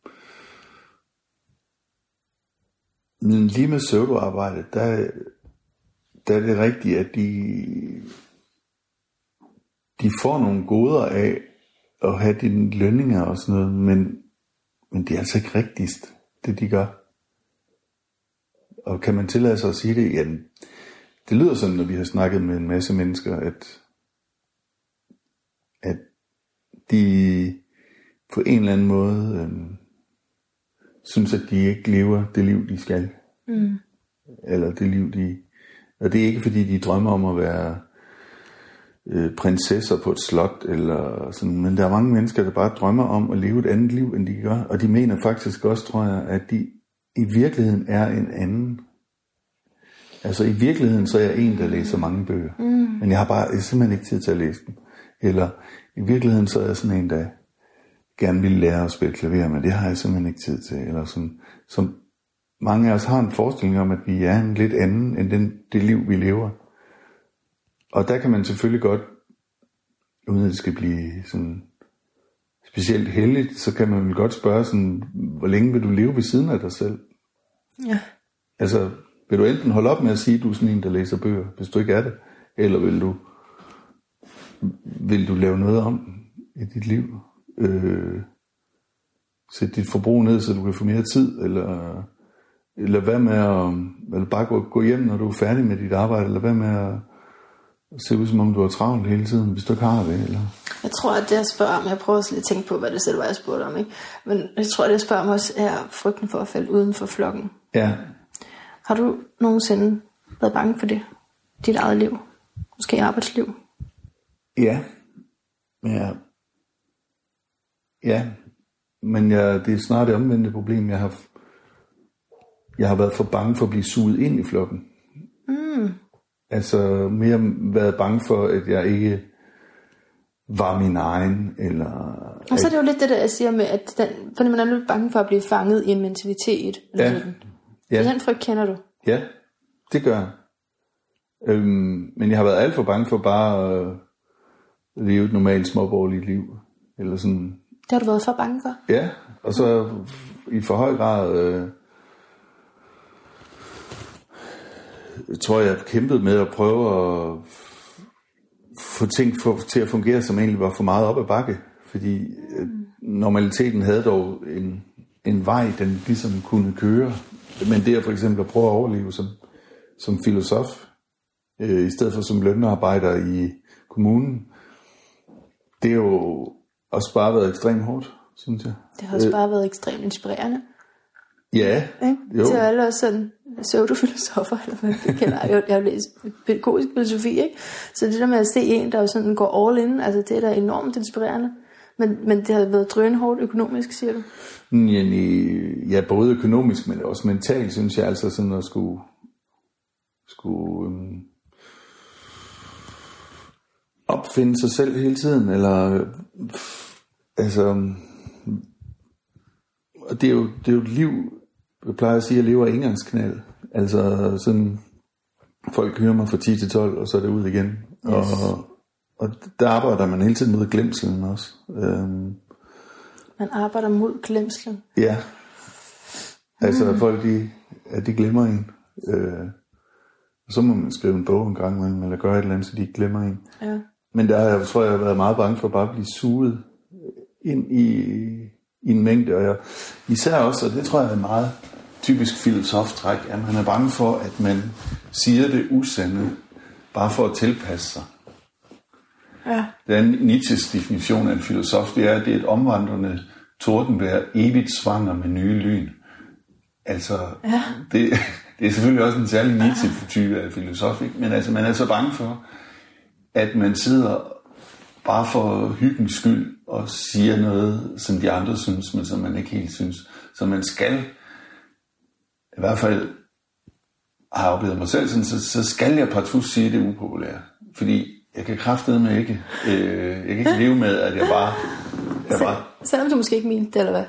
Men lige med pseudoarbejde, der er det rigtigt, at de får nogle goder af at have dine lønninger og sådan noget, men det er altså ikke rigtigst, det de gør. Og kan man tillade sig at sige det? Jamen, det lyder sådan, når vi har snakket med en masse mennesker, at de på en eller anden måde synes, at de ikke lever det liv, de skal. Eller det liv, de... Og det er ikke, fordi de drømmer om at være prinsesser på et slot, eller sådan, men der er mange mennesker, der bare drømmer om at leve et andet liv, end de gør. Og de mener faktisk også, tror jeg, at de i virkeligheden er en anden. Altså i virkeligheden, så er jeg en, der læser mange bøger. Men jeg har simpelthen ikke tid til at læse dem. Eller i virkeligheden, så er jeg sådan en, der gerne vil lære at spille klaver, men det har jeg simpelthen ikke tid til. Eller sådan, som mange af os har en forestilling om, at vi er en lidt anden, end det liv, vi lever. Og der kan man selvfølgelig godt, uden at det skal blive sådan specielt heldigt, så kan man vel godt spørge sådan, hvor længe vil du leve ved siden af dig selv? Ja. Altså, vil du enten holde op med at sige, at du er sådan en, der læser bøger, hvis du ikke er det? Eller vil du lave noget om i dit liv? Sæt dit forbrug ned, så du kan få mere tid? Eller hvad med eller bare gå hjem, når du er færdig med dit arbejde? Eller hvad med at se ud, som om du er travlt hele tiden, hvis du ikke har det? Eller? Jeg tror, at det jeg spørger om, jeg prøver også lige at tænke på, hvad det selv var, jeg spurgte om, ikke? Men jeg tror, at det jeg spørger om også er frygten for at falde uden for flokken. Ja. Har du nogensinde været bange for det? Dit eget liv? Måske arbejdsliv? Ja. Men det er snart det omvendte problem. Jeg har været for bange for at blive suget ind i flokken. Altså mere været bange for, at jeg ikke var min egen, eller... Og så er det jo lidt det der, jeg siger med, at fordi man er lidt bange for at blive fanget i en mentalitet. Ja. Den frygt kender du? Ja, det gør jeg. Men jeg har været alt for bange for bare at leve et normalt småborgerligt liv. Eller sådan... Det har du været for bange for? Ja, og så i for høj grad... tror jeg kæmpet med at prøve at få ting til at fungere, som egentlig var for meget op ad bakke. Fordi normaliteten havde dog en vej, den ligesom kunne køre. Men det er for eksempel at prøve at overleve som filosof, i stedet for som lønarbejder i kommunen, det er jo også bare været ekstremt hårdt, synes jeg. Det har også bare været ekstremt inspirerende. Ja, jo. Til alle også sådan pseudofilosofer, eller hvad det kalder. Jeg har læst pædagogisk filosofi, ikke? Så det der med at se en, der jo sådan går all in, altså det er da enormt inspirerende. Men det har været drønhårdt økonomisk, siger du? Ja, både økonomisk, men også mentalt, synes jeg, altså sådan at skulle opfinde sig selv hele tiden, eller altså, og det er jo et liv, jeg plejer at sige, at jeg lever af indgangsknald, altså sådan, folk hører mig fra 10 til 12, og så er det ud igen, yes. Og der arbejder man hele tiden mod glemslen også. Man arbejder mod glemslen? Ja, altså folk, de glemmer en, så må man skrive en bog en gang imellem, eller gøre et eller andet, så de ikke glemmer en. Ja. Men der tror jeg, været meget bange for bare at blive suget ind i en mængde, og jeg, især også, og det tror jeg er meget typisk filosoftræk, at man er bange for, at man siger det usande, bare for at tilpasse sig. Ja. Det er Nietzsches definition af en filosof, det er, at det er et omvandrende tordenvejr, evigt svanger med nye lyn. Altså, ja. det er selvfølgelig også en særlig Nietzsche-type af filosof, ikke? Men altså, man er så bange for, at man sidder bare for hyggens skyld og siger noget, som de andre synes, men som man ikke helt synes. Så man skal, i hvert fald har jeg oplevet mig selv, sådan, så skal jeg partout sige det upopulære. Fordi jeg kan kraftedeme ikke. Jeg kan ikke leve med, at jeg bare... Selvom du måske ikke mente det, eller hvad?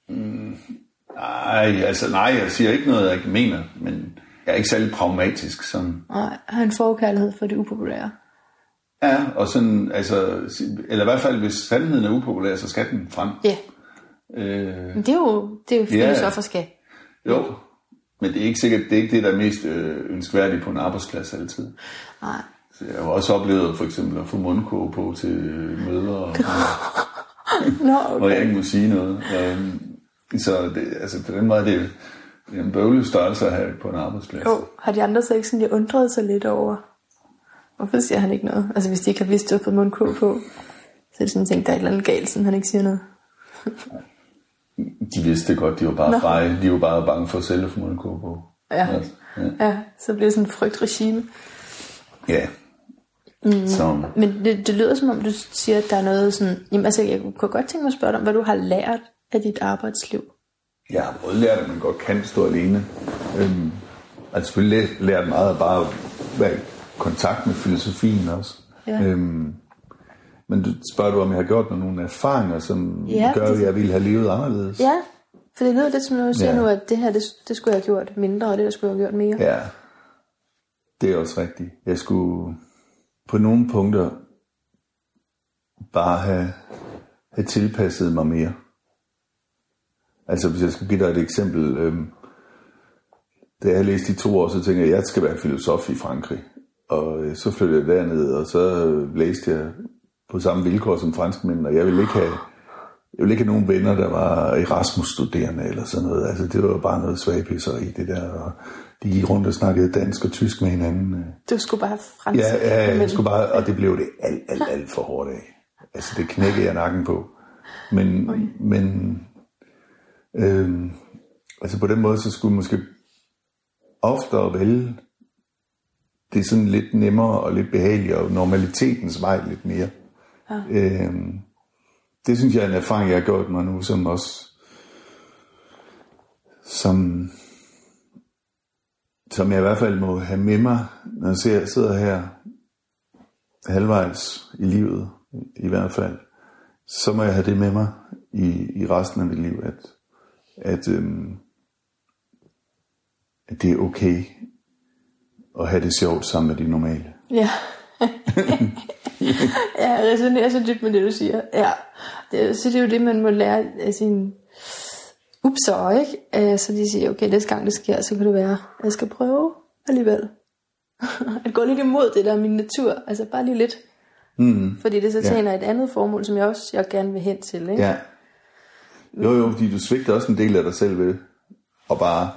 Nej, jeg siger ikke noget, jeg ikke mener, men jeg er ikke særlig pragmatisk. Sådan. Nej, jeg har en forkærlighed for det upopulære. Ja, og sådan, altså, eller i hvert fald, hvis sandheden er upopulær, så skal den frem. Ja. Men det er jo filosofer skal. Jo, men det er ikke sikkert, det er ikke det, der er mest ønskværdigt på en arbejdsplads altid. Nej. Så jeg har også oplevet for eksempel at få mundkurv på til møder, og okay. Hvor jeg ikke må sige noget. Så det, altså på den måde, det er en bøvlet størrelse at have på en arbejdsplads. Jo, har de andre så ikke sådan, de undret sig lidt over, hvorfor siger han ikke noget? Altså hvis de ikke har vidst, at du har fået mundkurv på, så er det sådan tænkt, der er et eller andet galt, siden han ikke siger noget. De vidste det godt, de var bare feje. De var bare bange for at sælge for Monaco på. Ja, så bliver det sådan en frygtregime. Ja. Men det lyder som om, du siger, at der er noget sådan... Jamen, altså, jeg kunne godt tænke mig at spørge dig om, hvad du har lært af dit arbejdsliv. Jeg har både lært, at man godt kan stå alene. Altså selvfølgelig lært meget at bare være i kontakt med filosofien også. Ja. Men spørger du, om jeg har gjort nogle erfaringer, som gør, at jeg ville have levet anderledes? Ja, for det lyder lidt som noget, du siger nu, at det her, det skulle jeg have gjort mindre, og det der skulle jeg have gjort mere. Ja, det er også rigtigt. Jeg skulle på nogle punkter bare have tilpasset mig mere. Altså hvis jeg skal give dig et eksempel, da jeg læste i 2 år, så tænkte jeg, at jeg skal være filosof i Frankrig. Og så flyttede jeg derned, og så læste jeg på samme vilkår som franskmænd, og jeg ville ikke have nogen venner, der var Erasmus-studerende eller sådan noget. Altså det var bare noget svagpisseri, det der, og de gik rundt og snakkede dansk og tysk med hinanden. Du skulle bare have fransk. Ja, jeg skulle bare, og det blev det alt for hårdt af. Altså det knækkede jeg nakken på. Men altså på den måde, så skulle måske oftere vælge det er sådan lidt nemmere og lidt behageligere, og normalitetens vej lidt mere. Ja. Det synes jeg er en erfaring, jeg har gjort mig nu, som også som jeg i hvert fald må have med mig, når jeg sidder her halvvejs i livet, i hvert fald, så må jeg have det med mig i resten af mit liv, at det er okay at have det sjovt sammen med de normale. Ja. Jeg resonerer så dybt med det, du siger. Ja. Så det er jo det, man må lære af sine upser, ikke? Så de siger, okay, næste gang det sker, så kan det være, at jeg skal prøve alligevel. At gå lidt imod det der min natur. Altså bare lige lidt. Fordi det så tjener et andet formål, som jeg gerne vil hen til, ikke? Ja. Jo, fordi du svigter også en del af dig selv ved at bare...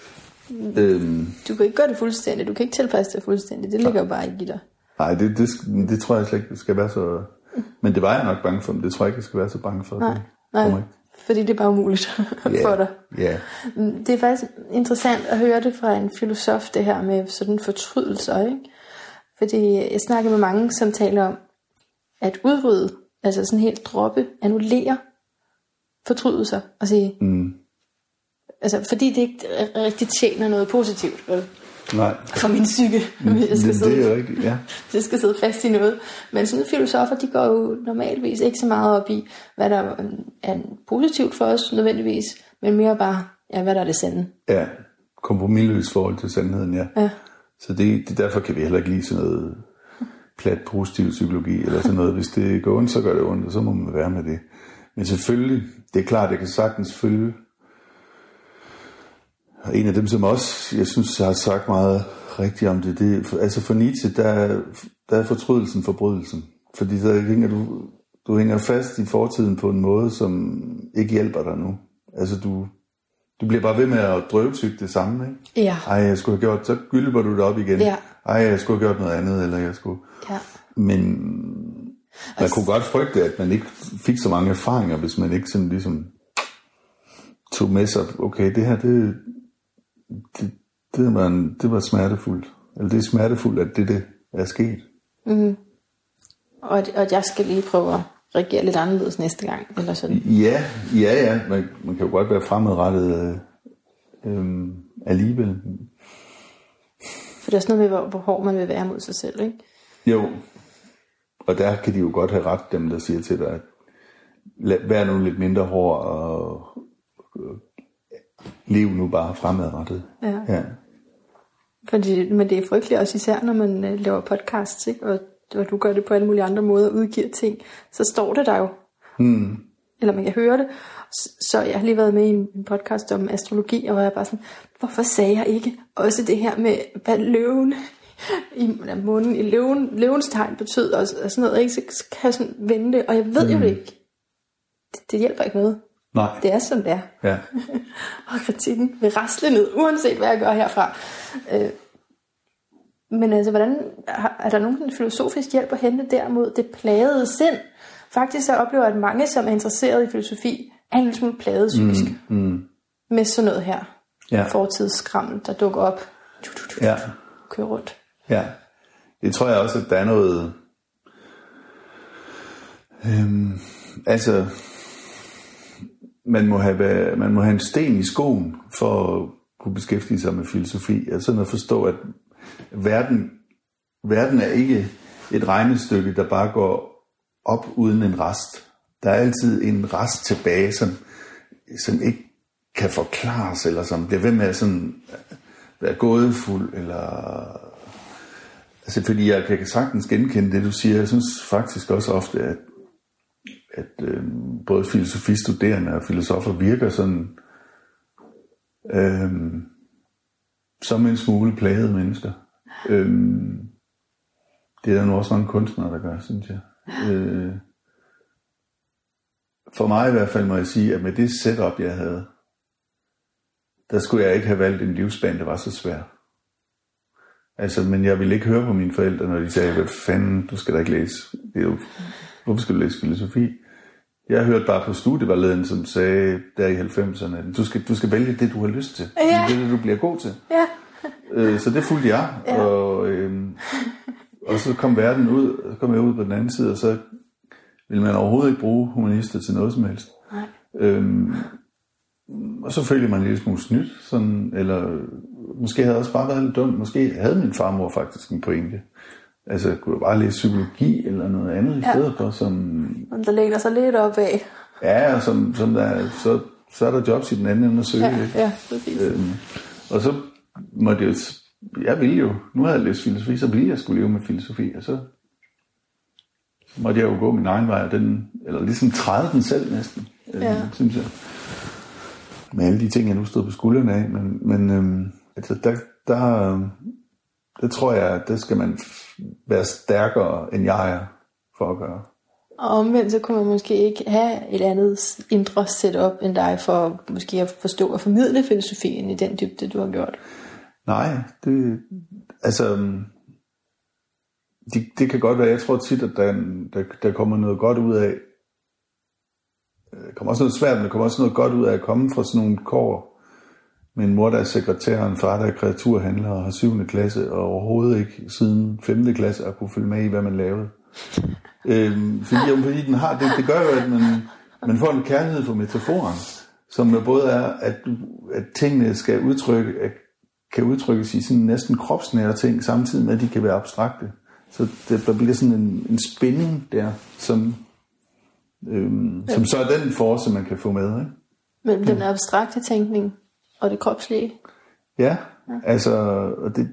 Du kan ikke gøre det fuldstændigt. Du kan ikke tilpasse det fuldstændigt. Det ligger jo bare ikke i dig. Nej, det tror jeg slet ikke, det skal være så... Men det var jeg nok bange for, men det tror jeg ikke, jeg skal være så bange for. Nej, fordi det er bare umuligt for dig. Yeah. Det er faktisk interessant at høre det fra en filosof, det her med sådan fortrydelser, ikke? Fordi jeg snakker med mange, som taler om at udrydde, altså sådan helt droppe, annullere fortrydelser og sige... Altså, fordi det ikke rigtig tjener noget positivt, vel? Nej. For min psyke, det er rigtigt, ja. Det skal sidde fast i noget. Men sådan filosofer, de går jo normalvis ikke så meget op i, hvad der er positivt for os nødvendigvis, men mere bare, hvad der er det sande. Ja, kompromisløst forhold til sandheden, ja. Så det derfor kan vi heller ikke lide sådan noget plat positiv psykologi, eller sådan noget. Hvis det går ondt, så gør det ondt, og så må man være med det. Men selvfølgelig, det er klart, jeg kan sagtens følge. Og en af dem, som også, jeg synes, har sagt meget rigtigt om det, altså for Nietzsche, der er fortrydelsen forbrydelsen. Fordi der hænger du hænger fast i fortiden på en måde, som ikke hjælper dig nu. Altså du bliver bare ved med at drøvtykke det samme, ikke? Ja. Ej, jeg skulle have gjort, så gylper du det op igen. Ja. Ej, jeg skulle have gjort noget andet, eller jeg skulle... Ja. Men man kunne godt frygte, at man ikke fik så mange erfaringer, hvis man ikke sådan ligesom tog med sig, okay, det her, det var smertefuldt. Eller det er smertefuldt, at det er sket. Mm. Og jeg skal lige prøve at reagere lidt anderledes næste gang, eller sådan. Ja. Man kan jo godt være fremadrettet alligevel. For det er også noget med, hvor hård man vil være mod sig selv, ikke? Jo. Og der kan de jo godt have ret, dem der siger til dig, at vær nu lidt mindre hård og lev nu bare fremadrettet. Ja. Men det er frygteligt også især, når man laver podcasts, ikke? Og du gør det på alle mulige andre måder, udgiver ting, så står det der jo. Eller man kan høre det. Så jeg har lige været med i en podcast om astrologi, og jeg er bare sådan, hvorfor sagde jeg ikke også det her med, hvad løven i månen i løvens tegn betød, og sådan noget, ikke? Så kan jeg sådan vende det, og jeg ved jo det ikke. Det hjælper ikke noget. Nej. Det er sådan det er. Ja. Og kritikken vil rasle ned, uanset hvad jeg gør herfra. Men altså, hvordan er der nogen filosofisk hjælp at hente der mod det plagede sind? Faktisk så oplever jeg, at mange, som er interesseret i filosofi, er en lille smule plaget psykisk. Med sådan noget her. Ja. Fortidsskram, der dukker op. Kører rundt. Ja, det tror jeg også, at der er noget... altså... Man må have en sten i skoen for at kunne beskæftige sig med filosofi. Altså at forstå, at verden er ikke et regnestykke, der bare går op uden en rest. Der er altid en rest tilbage, som ikke kan forklares, eller som bliver ved med at sådan være gådefuld, eller... Altså, fordi jeg kan sagtens genkende det, du siger. Jeg synes faktisk også ofte, at både filosofistuderende og filosofer virker sådan som en smule plagede mennesker. Det er der nu også mange kunstnere, der gør, synes jeg. For mig i hvert fald må jeg sige, at med det setup, jeg havde, der skulle jeg ikke have valgt en livsbane, der var så svær. Altså, men jeg ville ikke høre på mine forældre, når de sagde, hvad fanden, du skal da ikke læse. Hvorfor skal du læse filosofi? Jeg hørte bare på studievejlederen, som sagde der i 90'erne, at du skal vælge det, du har lyst til. Ja. Det er det, du bliver god til. Ja. Så det fulgte jeg. Ja. Og så kom verden ud, så kom jeg ud på den anden side, og så ville man overhovedet ikke bruge humanister til noget som helst. Nej. Og så følte man en lille smule snydt, sådan, eller måske havde jeg også bare været lidt dumt. Måske havde min farmor faktisk en pointe. Altså, kunne jeg bare læse psykologi eller noget andet i stedet for, som... Der læner sig lidt op af. Ja, og som der, så er der jobs i den anden ende at søge. Ja, præcis. Og så måtte jeg ville jo, nu havde jeg læst filosofi, så ville jeg skulle leve med filosofi, og så måtte jeg jo gå min egen vej, eller ligesom træde den selv næsten, synes jeg. Med alle de ting, jeg nu stod på skuldrene af, men altså der tror jeg, at der skal man være stærkere, end jeg er, for at gøre. Og omvendt, så kunne man måske ikke have et andet indre setup end dig, for måske at forstå og formidle filosofien i den dybde, du har gjort. Nej, det kan godt være. Jeg tror tit, at der kommer noget godt ud af. Der kommer også noget svært, men der kommer også noget godt ud af at komme fra sådan nogle kår. Med en mor, der er sekretær, og en far, der er kreaturhandler og har 7. klasse, og overhovedet ikke siden 5. klasse at kunne følge med i, hvad man lavede. Fordi den har det gør jo, at man får en kærlighed for metaforen, som jo både er, at tingene kan udtrykkes i sådan næsten kropsnære ting, samtidig med, at de kan være abstrakte. Så der bliver sådan en spænding der, som så er den force, man kan få med. Ikke? Men den abstrakte tænkning og det kropslige. Ja, altså, og det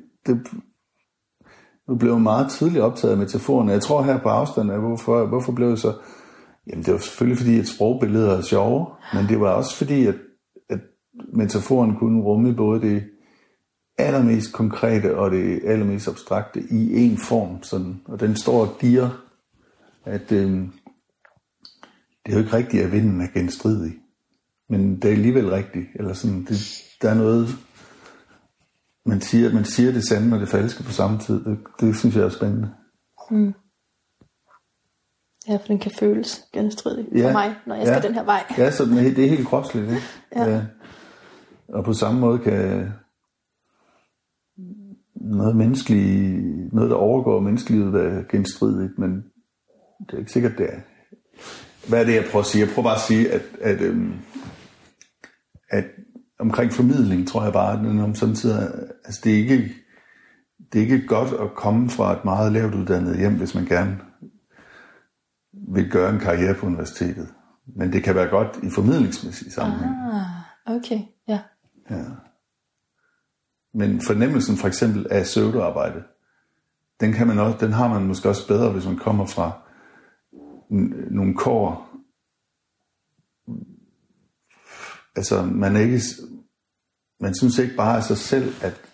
nu blev meget tidligt optaget af metaforerne. Jeg tror her på afstand af, hvorfor blev det så... Jamen, det var selvfølgelig fordi, at sprogbilleder er sjove, men det var også fordi, at metaforen kunne rumme både det allermest konkrete og det allermest abstrakte i en form. Sådan. Og den står og diger, at det er jo ikke rigtigt, at vinden er genstridig. Men det er alligevel rigtigt. Eller sådan, der er noget... Man siger det sande og det falske på samme tid. Det synes jeg er spændende. Ja, for den kan føles genstridig for mig, når jeg skal den her vej. Ja, så det er helt kropsligt, ikke? Ja. Og på samme måde kan noget der overgår menneskelivet, være genstridigt, men det er ikke sikkert, det er. Hvad er det, jeg prøver at sige? Jeg prøver bare at sige, at omkring formidling, tror jeg bare, at samtidig, altså det er ikke godt at komme fra et meget lavt uddannet hjem, hvis man gerne vil gøre en karriere på universitetet. Men det kan være godt i formidlingsmæssig sammenhæng. Okay, ja. Men fornemmelsen for eksempel af pseudoarbejde, den har man måske også bedre, hvis man kommer fra nogle kår. Altså, man synes ikke bare af sig selv,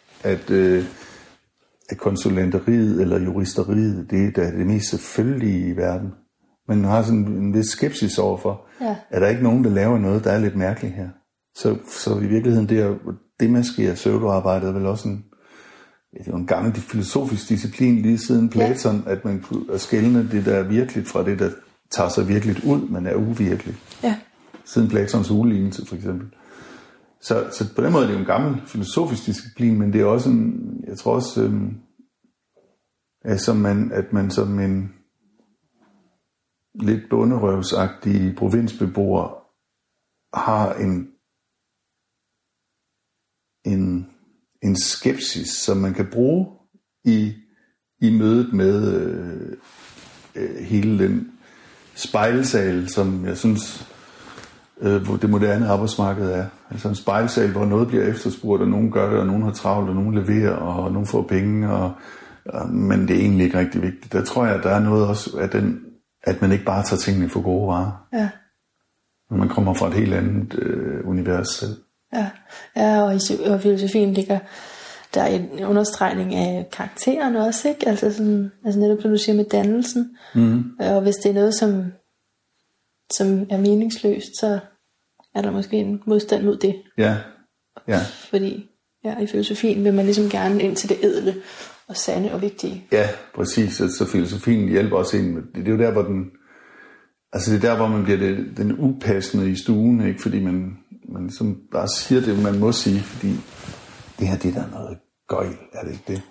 at konsulenteriet eller juristeriet, det er det mest selvfølgelige i verden. Man har sådan en vis skepsis overfor, at der ikke nogen, der laver noget, der er lidt mærkeligt her. Så i virkeligheden, det maskere pseudoarbejdet er vel også det er jo en gammel filosofisk disciplin lige siden Platon, at man kunne skelne det, der er virkeligt, fra det, der tager sig virkeligt ud, men er uvirkeligt. Ja. siden Platons ulelignelse for eksempel. Så på den måde er det jo en gammel filosofisk disciplin, men det er også jeg tror også, at man som en lidt bonderøvsagtig provinsbeboer har en skepsis, som man kan bruge i mødet med hele den spejlsal, som jeg synes, hvor det moderne arbejdsmarked er. Altså en spejlsal, hvor noget bliver efterspurgt, og nogen gør det, og nogen har travlt, og nogen leverer, og nogen får penge, men det er egentlig ikke rigtig vigtigt. Der tror jeg, at der er noget også af at man ikke bare tager tingene for gode varer. Ja. Man kommer fra et helt andet univers selv. Ja, og i filosofien ligger der en understregning af karakteren også, ikke? Altså netop som du siger med dannelsen. Og hvis det er noget, som er meningsløst, så er der måske en modstand mod det. Ja. Fordi i filosofien vil man ligesom gerne ind til det ædle og sande og vigtige. Ja, præcis. Så filosofien hjælper også ind. Det er jo der, hvor det er der, hvor man bliver den upassende i stuen, ikke? Fordi man ligesom bare siger det, man må sige, fordi det her, det er der noget gøjl, er det ikke det?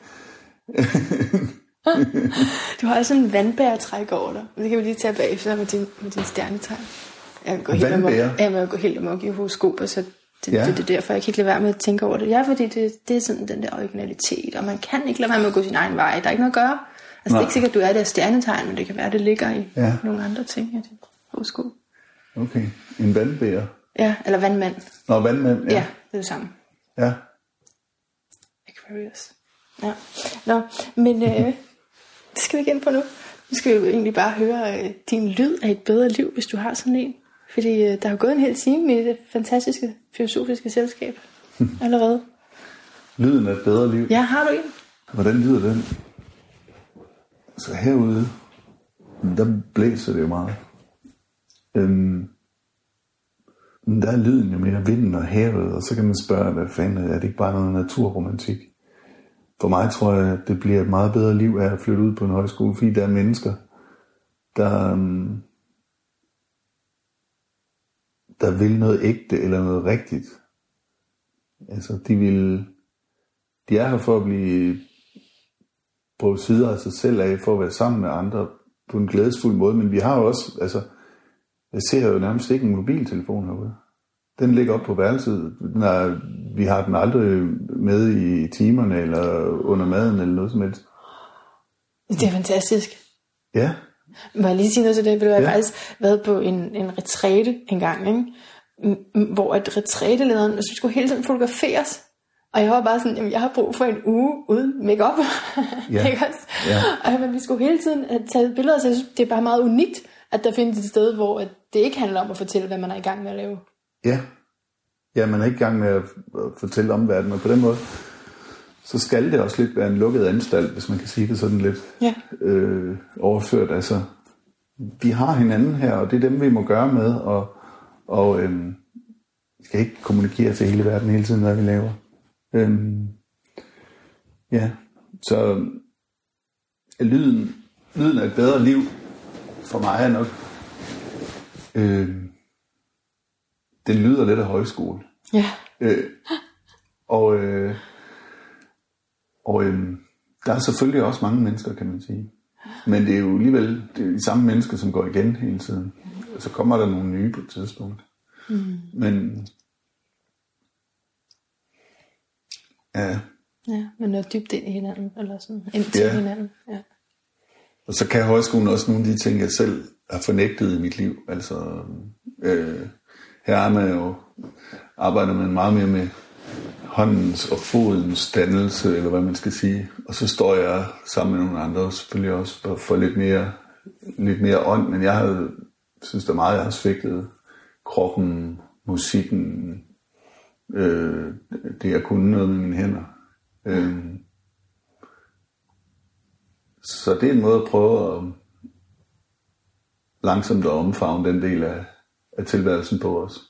Du har også en vandbæretræk over dig. Det kan vi lige tage bagefter med din stjernetegn. Jeg kan gå helt amok i horoskoper, så det er derfor, jeg kan ikke lade være med at tænke over det. Ja, fordi det er sådan den der originalitet, og man kan ikke lade være med at gå sin egen vej. Der er ikke noget at gøre. Altså, det er ikke sikkert, at du er det af stjernetegn, men det kan være, at det ligger i nogle andre ting i dit horoskop. Okay, en vandbærer. Ja, eller vandmand. Nå, vandmand, ja. Ja, det er det samme. Ja. Aquarius. Ja. Nå, men det skal vi ikke ind på nu. Nu skal vi jo egentlig bare høre din lyd af et bedre liv, hvis du har sådan en. Fordi der har gået en hel time i det fantastiske filosofiske selskab allerede. Lyden af et bedre liv? Ja, har du en? Hvordan lyder den? Så herude, der blæser det jo meget. Der er lyden jo mere vinden og havet, og så kan man spørge, hvad fanden er det ikke bare noget naturromantik? For mig tror jeg, at det bliver et meget bedre liv af at flytte ud på en højskole, fordi der er mennesker, der vil noget ægte eller noget rigtigt. Altså, de er her for at blive på sider af sig selv af, for at være sammen med andre på en glædesfuld måde, men vi har jo også, altså, jeg ser jo nærmest ikke en mobiltelefon herude. Den ligger op på værelset. Vi har den aldrig med i timerne, eller under maden, eller noget som helst. Det er fantastisk. Ja. Må jeg lige sige noget til det? Jeg har faktisk været på en retræte en gang, ikke? Hvor at retrætelederen skulle hele tiden fotograferes. Og jeg var bare sådan, jamen, jeg har brug for en uge uden make-up. Ja. Ikke også? Ja. Og vi skulle hele tiden tage billeder, så jeg synes, det er bare meget unikt, at der findes et sted, hvor det ikke handler om at fortælle, hvad man er i gang med at lave. Ja, man er ikke i gang med at fortælle omverdenen, og på den måde, så skal det også lidt være en lukket anstalt, hvis man kan sige det sådan lidt overført. Altså, vi har hinanden her, og det er dem, vi må gøre med, og vi skal ikke kommunikere til hele verden hele tiden, hvad vi laver. Så lyden af et bedre liv for mig er nok den lyder lidt af højskole. Ja. Der er selvfølgelig også mange mennesker, kan man sige. Men det er jo alligevel de samme mennesker, som går igen hele tiden. Så kommer der nogle nye på et tidspunkt. Men men noget dybt ind i hinanden, eller sådan, ind til hinanden. Ja. Og så kan højskolen også nogle af de ting, jeg selv har fornægtet i mit liv. Altså, her er man jo, arbejder man meget mere med håndens og fodens dannelse, eller hvad man skal sige. Og så står jeg sammen med nogle andre, selvfølgelig også for lidt mere ånd, men jeg synes der meget, jeg har svigtet kroppen, musikken, det jeg kunne noget med mine hænder. Så det er en måde at prøve at langsomt at omfavne den del af tilværelsen på os.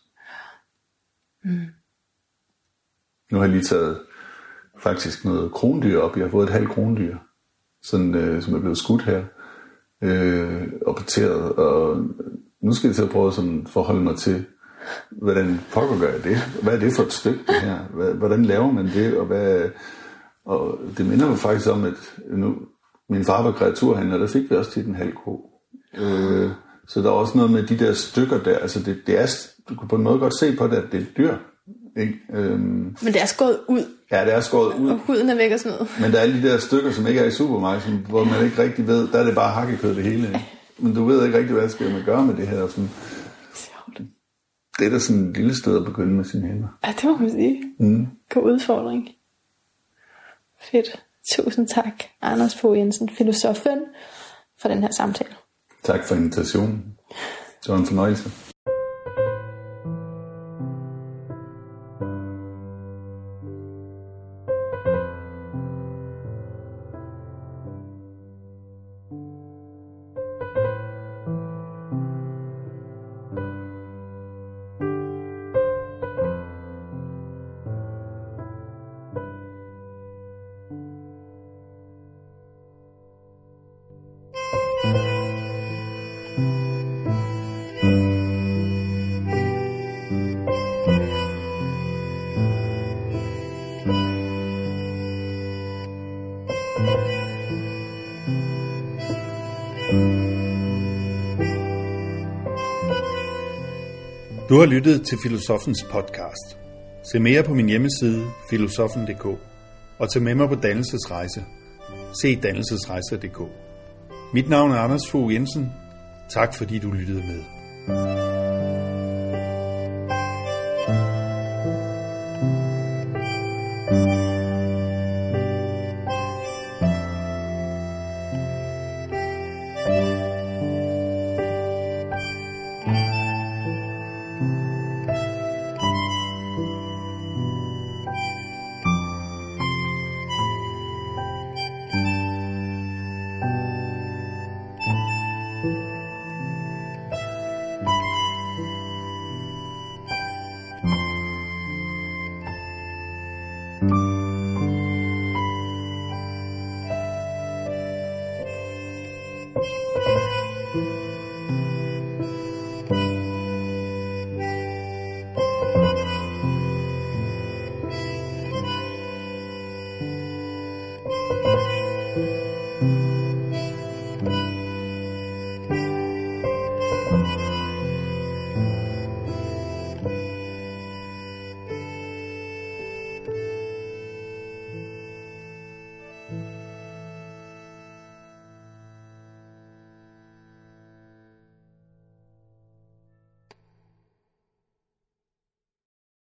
Nu har jeg lige taget faktisk noget krondyr op. Jeg har fået et halvt krondyr, sådan, som er blevet skudt her, og parteret, og nu skal jeg til at prøve at forholde mig til hvordan pokker gør jeg det? Hvad er det for et stykke, det her? Hvordan laver man det? Og det minder mig faktisk om, at nu, min far var kreaturhandler, der fik vi også tit en halv ko. Så der er også noget med de der stykker der. Altså det er, du kan på en måde godt se på det, at det er et dyr. Ikke? Men det er skåret ud. Ja, det er skåret ud. Og huden er væk og sådan noget. Men der er alle de der stykker, som ikke er i supermarkedet, hvor man ikke rigtig ved, der er det bare hakkekød det hele. Ikke? Men du ved ikke rigtig, hvad skal man gøre med det her. Sådan. Det er da sådan et lille sted at begynde med sine hænder. Ja, det må man sige. God udfordring. Fedt. Tusind tak, Anders Fogh Jensen, filosofen, for den her samtale. Tak for invitationen. Det var en fornøjelse. Du har lyttet til Filosofens podcast. Se mere på min hjemmeside filosofen.dk og tag med mig på dannelsesrejse. Se dannelsesrejser.dk. Mit navn er Anders Fogh Jensen. Tak fordi du lyttede med.